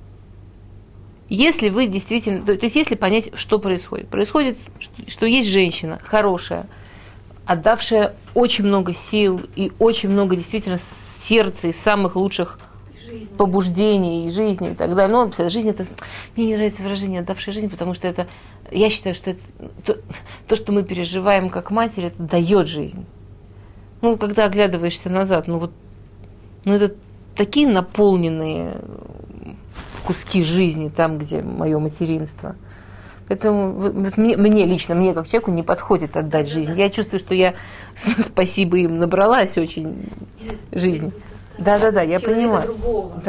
Если вы действительно, то есть если понять, что происходит. Происходит, что есть женщина хорошая, отдавшая очень много сил и очень много действительно сердца и самых лучших побуждений и жизни и так далее. Но жизнь это... Мне не нравится выражение «отдавшая жизнь», потому что это... Я считаю, что это то, что мы переживаем как матери, это дает жизнь. Ну, когда оглядываешься назад, это такие наполненные куски жизни там, где мое материнство. Поэтому мне лично, мне как человеку не подходит отдать жизнь. Я чувствую, что я, спасибо им, набралась очень жизни. Да, я понимаю. Другого.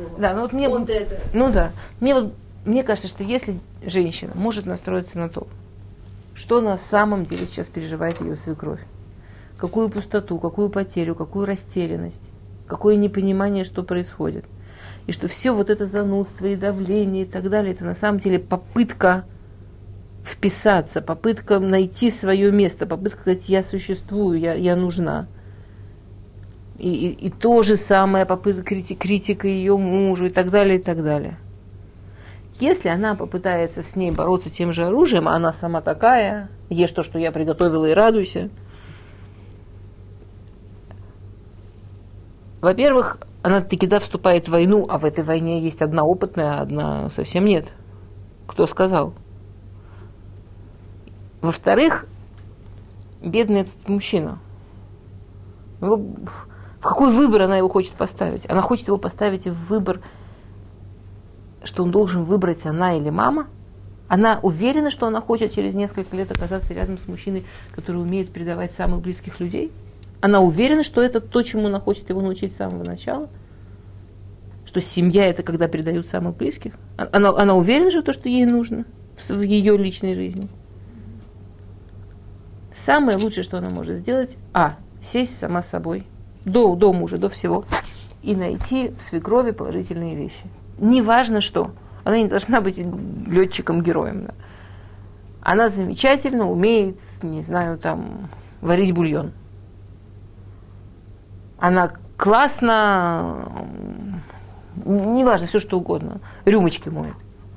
Мне кажется, что если женщина может настроиться на то, что на самом деле сейчас переживает ее свекровь, какую пустоту, какую потерю, какую растерянность, какое непонимание, что происходит, и что все вот это занудство и давление и так далее, это на самом деле попытка вписаться, попытка найти свое место, попытка сказать, я существую, я нужна. И то же самое попытка критика ее мужу и так далее, и так далее. Если она попытается с ней бороться тем же оружием, а она сама такая, ешь то, что я приготовила, и радуйся. Во-первых, она таки вступает в войну, а в этой войне есть одна опытная, а одна совсем нет. Кто сказал? Во-вторых, бедный этот мужчина. В какой выбор она его хочет поставить? Она хочет его поставить в выбор, что он должен выбрать она или мама. Она уверена, что она хочет через несколько лет оказаться рядом с мужчиной, который умеет предавать самых близких людей. Она уверена, что это то, чему она хочет его научить с самого начала. Что семья – это когда предают самых близких. Она уверена же в том, что ей нужно в ее личной жизни. Самое лучшее, что она может сделать, сесть сама с собой, до мужа, до всего, и найти в свекрови положительные вещи. Неважно что. Она не должна быть летчиком-героем. Да. Она замечательно умеет, не знаю, варить бульон. Она классно, неважно, все что угодно, рюмочки моет.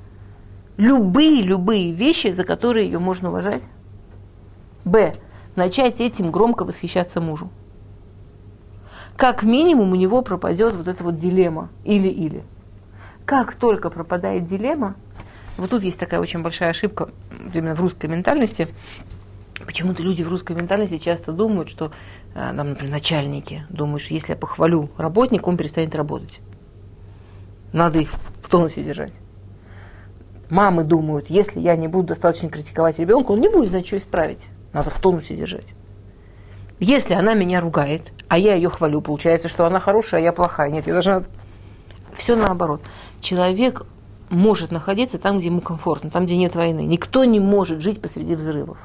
Любые вещи, за которые ее можно уважать. Б. Начать этим громко восхищаться мужу. Как минимум у него пропадет вот эта вот дилемма или-или. Как только пропадает дилемма, вот тут есть такая очень большая ошибка именно в русской ментальности. Почему-то люди в русской ментальности часто думают, что, например, начальники думают, что если я похвалю работника, он перестанет работать. Надо их в тонусе держать. Мамы думают, если я не буду достаточно критиковать ребенка, он не будет знать, что исправить. Надо в тонусе держать. Если она меня ругает, а я ее хвалю, получается, что она хорошая, а я плохая. Нет, я должна... Все наоборот. Человек может находиться там, где ему комфортно, там, где нет войны. Никто не может жить посреди взрывов.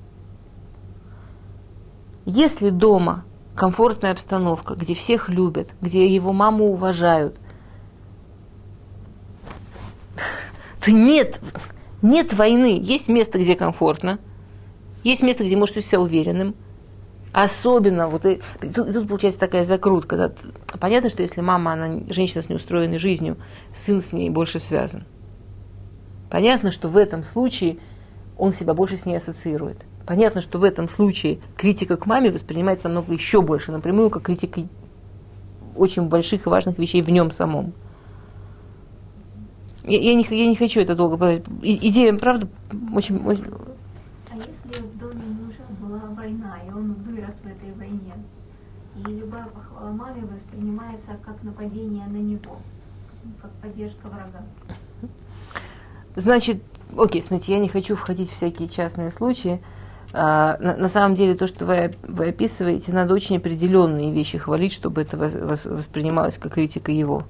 Если дома комфортная обстановка, где всех любят, где его маму уважают, то нет войны. Есть место, где комфортно, есть место, где можешь чувствовать себя уверенным. Особенно, тут получается такая закрутка. Понятно, что если мама, она женщина с неустроенной жизнью, сын с ней больше связан. Понятно, что в этом случае он себя больше с ней ассоциирует. Понятно, что в этом случае критика к маме воспринимается намного еще больше напрямую, как критика очень больших и важных вещей в нем самом. Я не хочу это долго подать. Идея, правда, очень... А если в доме мужа была война, и он вырос в этой войне, и любая похвала маме воспринимается как нападение на него, как поддержка врага? Значит, смотрите, я не хочу входить в всякие частные случаи. На самом деле, то, что вы описываете, надо очень определенные вещи хвалить, чтобы это воспринималось как критика его.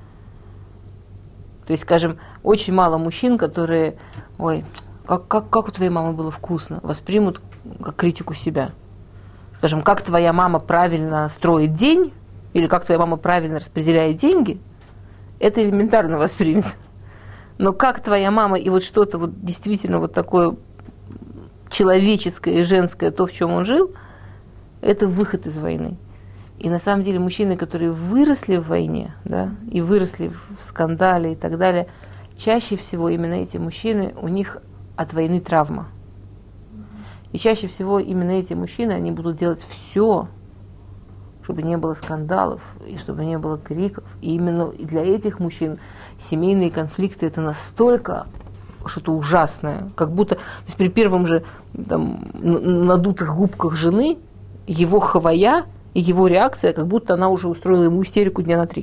То есть, скажем, очень мало мужчин, которые, как у твоей мамы было вкусно, воспримут как критику себя. Скажем, как твоя мама правильно строит день, или как твоя мама правильно распределяет деньги, это элементарно воспримется. Но как твоя мама и что-то действительно такое человеческое и женское, то, в чем он жил, это выход из войны. И на самом деле мужчины, которые выросли в войне, да, и выросли в скандале и так далее, чаще всего именно эти мужчины, у них от войны травма. И чаще всего именно эти мужчины, они будут делать все, чтобы не было скандалов, и чтобы не было криков. И именно для этих мужчин семейные конфликты – это настолько что-то ужасное, как будто, то есть при первом же надутых губках жены его хавая и его реакция, как будто она уже устроила ему истерику дня на 3.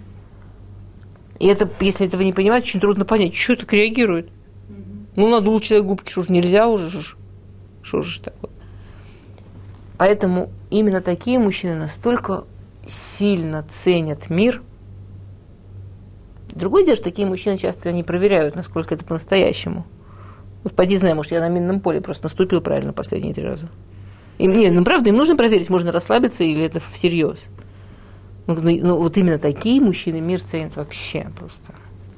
И это, если этого не понимать, очень трудно понять, что так реагирует. Надул человек губки, что ж нельзя уже, что же такое. Поэтому именно такие мужчины настолько сильно ценят мир. Другое дело, что такие мужчины часто не проверяют, насколько это по-настоящему. Поди знай, может, я на минном поле просто наступил правильно последние 3 раза. Правда, им нужно проверить, можно расслабиться или это всерьез. Именно такие мужчины мир ценят вообще просто.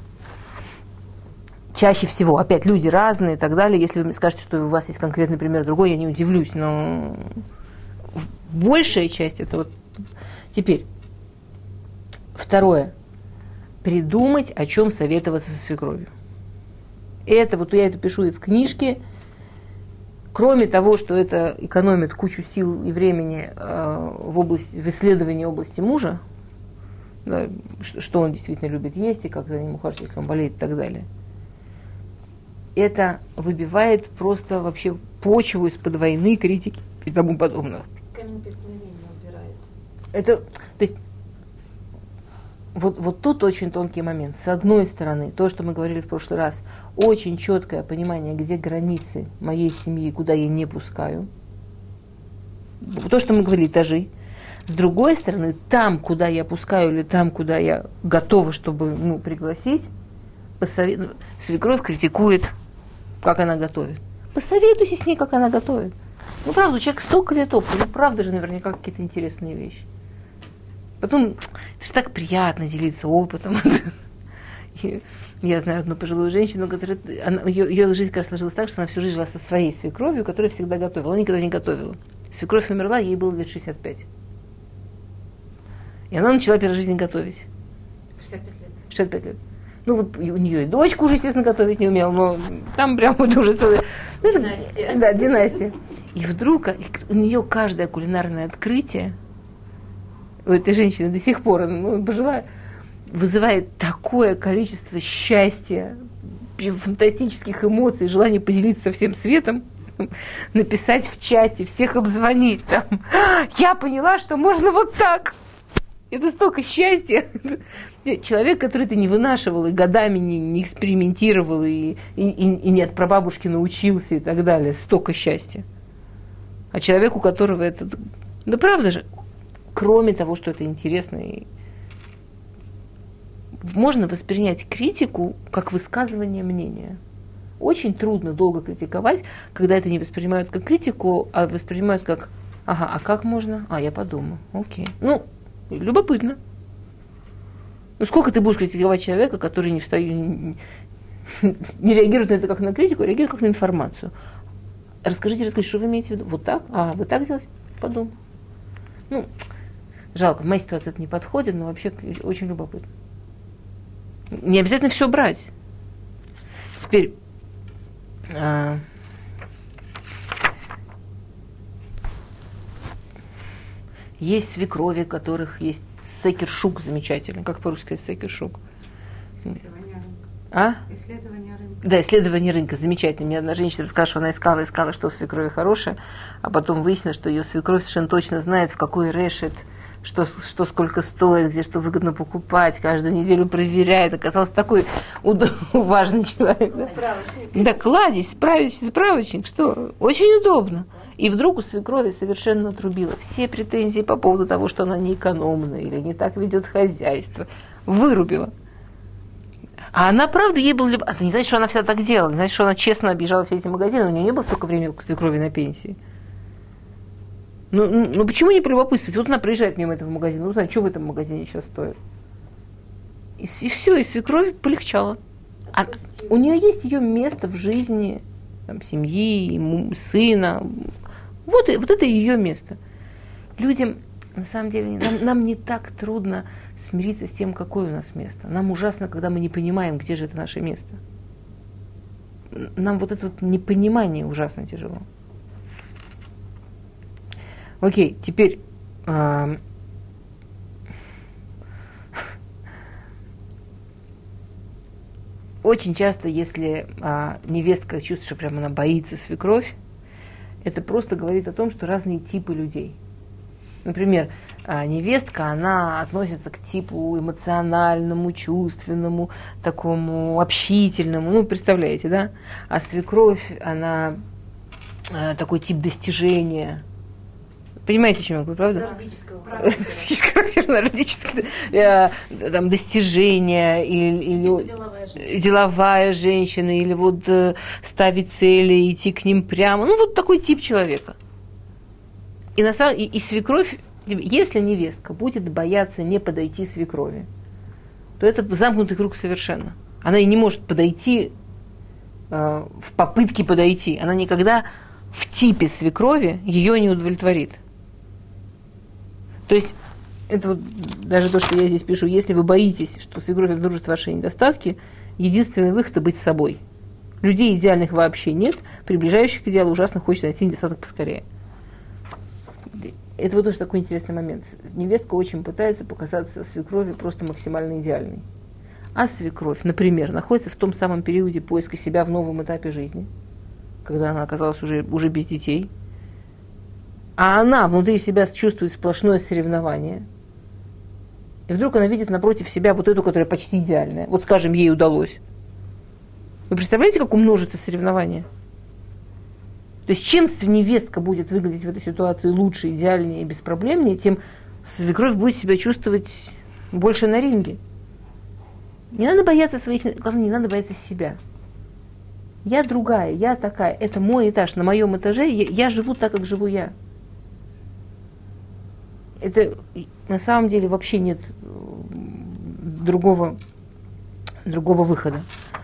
Чаще всего, опять, люди разные и так далее. Если вы мне скажете, что у вас есть конкретный пример другой, я не удивлюсь, но большая часть это Теперь, второе. Придумать, о чем советоваться со свекровью. Это я это пишу и в книжке. Кроме того, что это экономит кучу сил и времени в исследовании области мужа, да, что он действительно любит есть и как за ним ухаживать, если он болеет и так далее. это выбивает просто вообще почву из-под войны, критики и тому подобного. Камень преткновения убирает. Это, то есть, вот тут очень тонкий момент. С одной стороны, то, что мы говорили в прошлый раз, очень четкое понимание, где границы моей семьи, куда я не пускаю. То, что мы говорили, этажи. С другой стороны, там, куда я пускаю, или там, куда я готова, чтобы пригласить, свекровь критикует, как она готовит. Посоветуйся с ней, как она готовит. Правда, у человека столько лет опыта, правда же наверняка какие-то интересные вещи. Потом, это же так приятно делиться опытом. Я знаю одну пожилую женщину, которая, ее жизнь как раз сложилась так, что она всю жизнь жила со своей свекровью, которая всегда готовила. Она никогда не готовила. Свекровь умерла, ей было лет 65. И она начала первой жизни готовить. 65 лет. У нее и дочка уже, естественно, готовить не умела, но там прям вот уже целая... Династия. Да, династия. И вдруг у нее каждое кулинарное открытие, у этой женщины до сих пор, пожилая, вызывает такое количество счастья, фантастических эмоций, желания поделиться со всем светом, написать в чате, всех обзвонить. Там, я поняла, что можно вот так. Это столько счастья. Человек, который ты не вынашивал и годами не экспериментировал, и не от прабабушки научился и так далее. Столько счастья. А человек, у которого это... Да правда же, кроме того, что это интересно, можно воспринять критику как высказывание мнения. Очень трудно долго критиковать, когда это не воспринимают как критику, а воспринимают как, ага, а как можно? Я подумаю, окей. Любопытно. Сколько ты будешь критиковать человека, который не реагирует на это как на критику, а реагирует как на информацию? Расскажите, что вы имеете в виду? Вот так? Вы так делаете? Подумай. Жалко, в моей ситуации это не подходит, но вообще очень любопытно. Не обязательно все брать. Теперь, есть свекрови, у которых есть секер-шук замечательный. Как по-русски сказать секер-шук? Исследование рынка. Исследование рынка. Да, исследование рынка. Замечательно. Мне одна женщина рассказала, что она искала, что в свекрови хорошее, а потом выяснилось, что ее свекровь совершенно точно знает, в какой решет, что сколько стоит, где что выгодно покупать, каждую неделю проверяет. Оказался такой важный человек. Да, кладезь, справочник, что? Очень удобно. И вдруг у свекрови совершенно отрубила все претензии по поводу того, что она неэкономна или не так ведет хозяйство. Вырубила. А она, правда, ей было... Это не значит, что она всегда так делала, не значит, что она честно объезжала все эти магазины, у нее не было столько времени, как у свекрови на пенсии. Ну почему не полюбопытствовать? Вот она проезжает мимо этого магазина, узнает, что в этом магазине сейчас стоит. И все, и свекровь полегчала. У нее есть ее место в жизни, там, семьи, сына. Вот это ее место. Людям, на самом деле, нам не так трудно смириться с тем, какое у нас место. Нам ужасно, когда мы не понимаем, где же это наше место. Нам вот это вот непонимание ужасно тяжело. Окей, теперь очень часто, если невестка чувствует, что прямо она боится свекровь, это просто говорит о том, что разные типы людей. Например, невестка, она относится к типу эмоциональному, чувственному, такому общительному, представляете, да? А свекровь, она такой тип достижения. Понимаете, о чем я говорю, правда? Нордического. Там достижения, или деловая женщина, или вот ставить цели, идти к ним прямо. Вот такой тип человека. И свекровь, если невестка будет бояться не подойти свекрови, то это замкнутый круг совершенно. Она и не может подойти в попытке подойти. Она никогда в типе свекрови ее не удовлетворит. То есть, это вот даже то, что я здесь пишу, если вы боитесь, что свекровь обнаружит ваши недостатки, единственный выход – это быть собой. Людей идеальных вообще нет, приближающих к идеалу ужасно хочется найти недостаток поскорее. Это вот тоже такой интересный момент. Невестка очень пытается показаться свекрови просто максимально идеальной. а свекровь, например, находится в том самом периоде поиска себя в новом этапе жизни, когда она оказалась уже без детей, а она внутри себя чувствует сплошное соревнование, и вдруг она видит напротив себя вот эту, которая почти идеальная. Вот, скажем, ей удалось. Вы представляете, как умножится соревнование? То есть чем невестка будет выглядеть в этой ситуации лучше, идеальнее и беспроблемнее, тем свекровь будет себя чувствовать больше на ринге. Не надо бояться своих, главное, не надо бояться себя. Я другая, я такая, это мой этаж, на моем этаже я живу так, как живу я. Это на самом деле вообще нет другого выхода.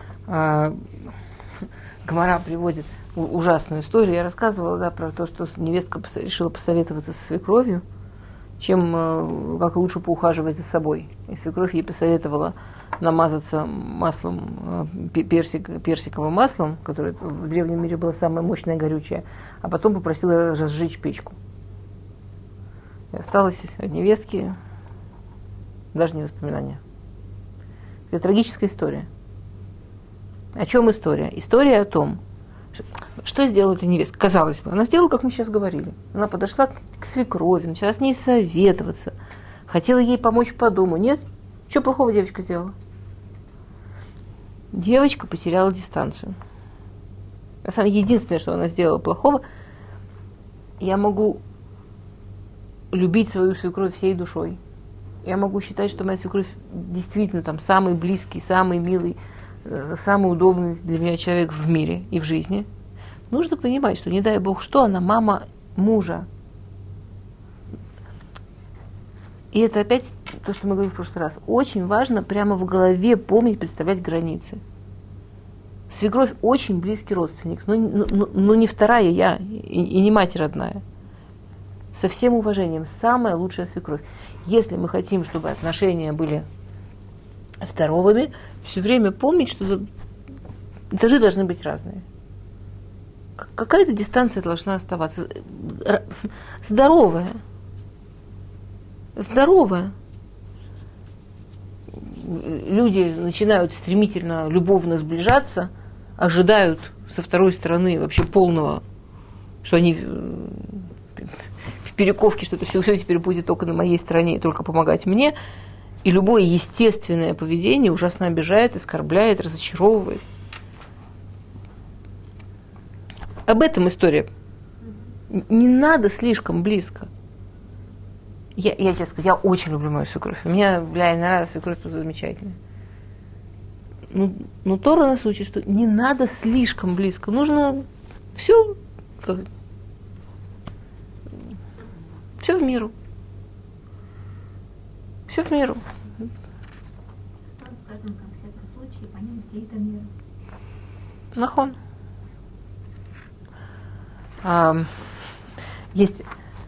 Гмара приводит ужасную историю. Я рассказывала, да, про то, что невестка решила посоветоваться со свекровью, как лучше поухаживать за собой. И свекровь ей посоветовала намазаться маслом, персиковым маслом, которое в древнем мире было самое мощное и горючее, а потом попросила разжечь печку. И осталось от невестки даже не воспоминания. Это трагическая история. О чем история? История о том, что сделала эта невестка. Казалось бы, она сделала, как мы сейчас говорили. Она подошла к свекрови, начала с ней советоваться, хотела ей помочь по дому. Нет? Что плохого девочка сделала? Девочка потеряла дистанцию. На самом деле, единственное, что она сделала плохого, я могу любить свою свекровь всей душой. Я могу считать, что моя свекровь действительно там самый близкий, самый милый, самый удобный для меня человек в мире и в жизни. Нужно понимать, что не дай бог что, она мама мужа. И это опять то, что мы говорили в прошлый раз. Очень важно прямо в голове помнить, представлять границы. Свекровь очень близкий родственник, но не вторая я и не мать родная. Со всем уважением, самая лучшая свекровь. Если мы хотим, чтобы отношения были здоровыми, все время помнить, что этажи должны быть разные. Какая-то дистанция должна оставаться. Здоровая. Здоровая. Люди начинают стремительно, любовно сближаться, ожидают со второй стороны вообще полного, что они в перековке, что это все теперь будет только на моей стороне и только помогать мне. И любое естественное поведение ужасно обижает, оскорбляет, разочаровывает. Об этом история. Не надо слишком близко. Я честно скажу, я очень люблю мою свекровь. У меня, иногда свекровь просто замечательная. Но Тора нас учит, что не надо слишком близко. Нужно все в меру. Все в меру. Осталось в каждом конкретном случае понять, где это мера. Нахон. Есть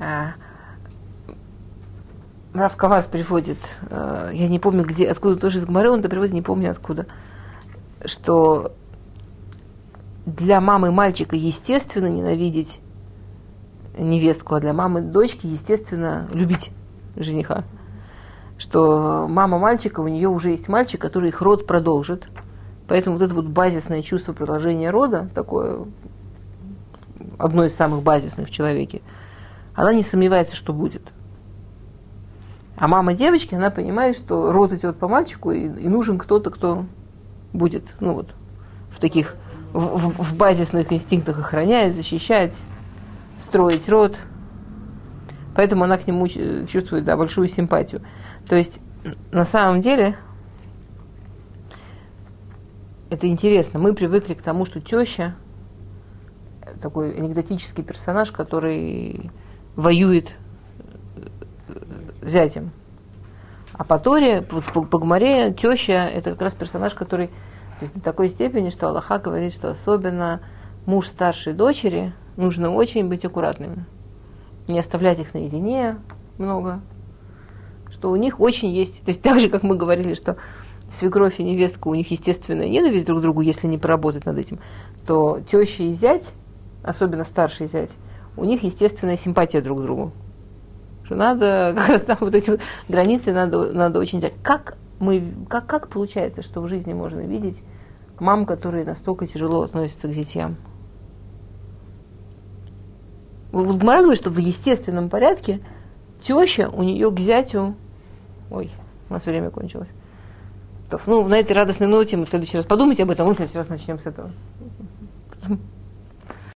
Рав Кавас приводит, я не помню где, откуда тоже из Гмары, он это приводит, не помню откуда, что для мамы мальчика естественно ненавидеть невестку, а для мамы дочки естественно любить жениха. Что мама мальчика, у нее уже есть мальчик, который их род продолжит. Поэтому вот это вот базисное чувство продолжения рода, такое одно из самых базисных в человеке, она не сомневается, что будет. А мама девочки, она понимает, что род идет по мальчику, и нужен кто-то, кто будет, в таких, в базисных инстинктах охранять, защищать, строить род. Поэтому она к нему чувствует, большую симпатию. То есть, на самом деле, это интересно. Мы привыкли к тому, что теща такой анекдотический персонаж, который воюет зятем. А по Торе, по Гмаре, теща – это как раз персонаж, который до такой степени, что Аллаха говорит, что особенно муж старшей дочери нужно очень быть аккуратными. Не оставлять их наедине много. Что у них очень есть... То есть так же, как мы говорили, что свекровь и невестка, у них естественная ненависть друг к другу, если не поработать над этим, то теща и зять, особенно старший зять, у них естественная симпатия друг к другу. Что надо, как раз там вот эти вот границы надо очень взять. Как как получается, что в жизни можно видеть мам, которые настолько тяжело относятся к детям? Вот Гмара говорит, что в естественном порядке теща у нее к зятю... Ой, у нас время кончилось. На этой радостной ноте мы в следующий раз подумайте об этом, мы в следующий раз начнем с этого.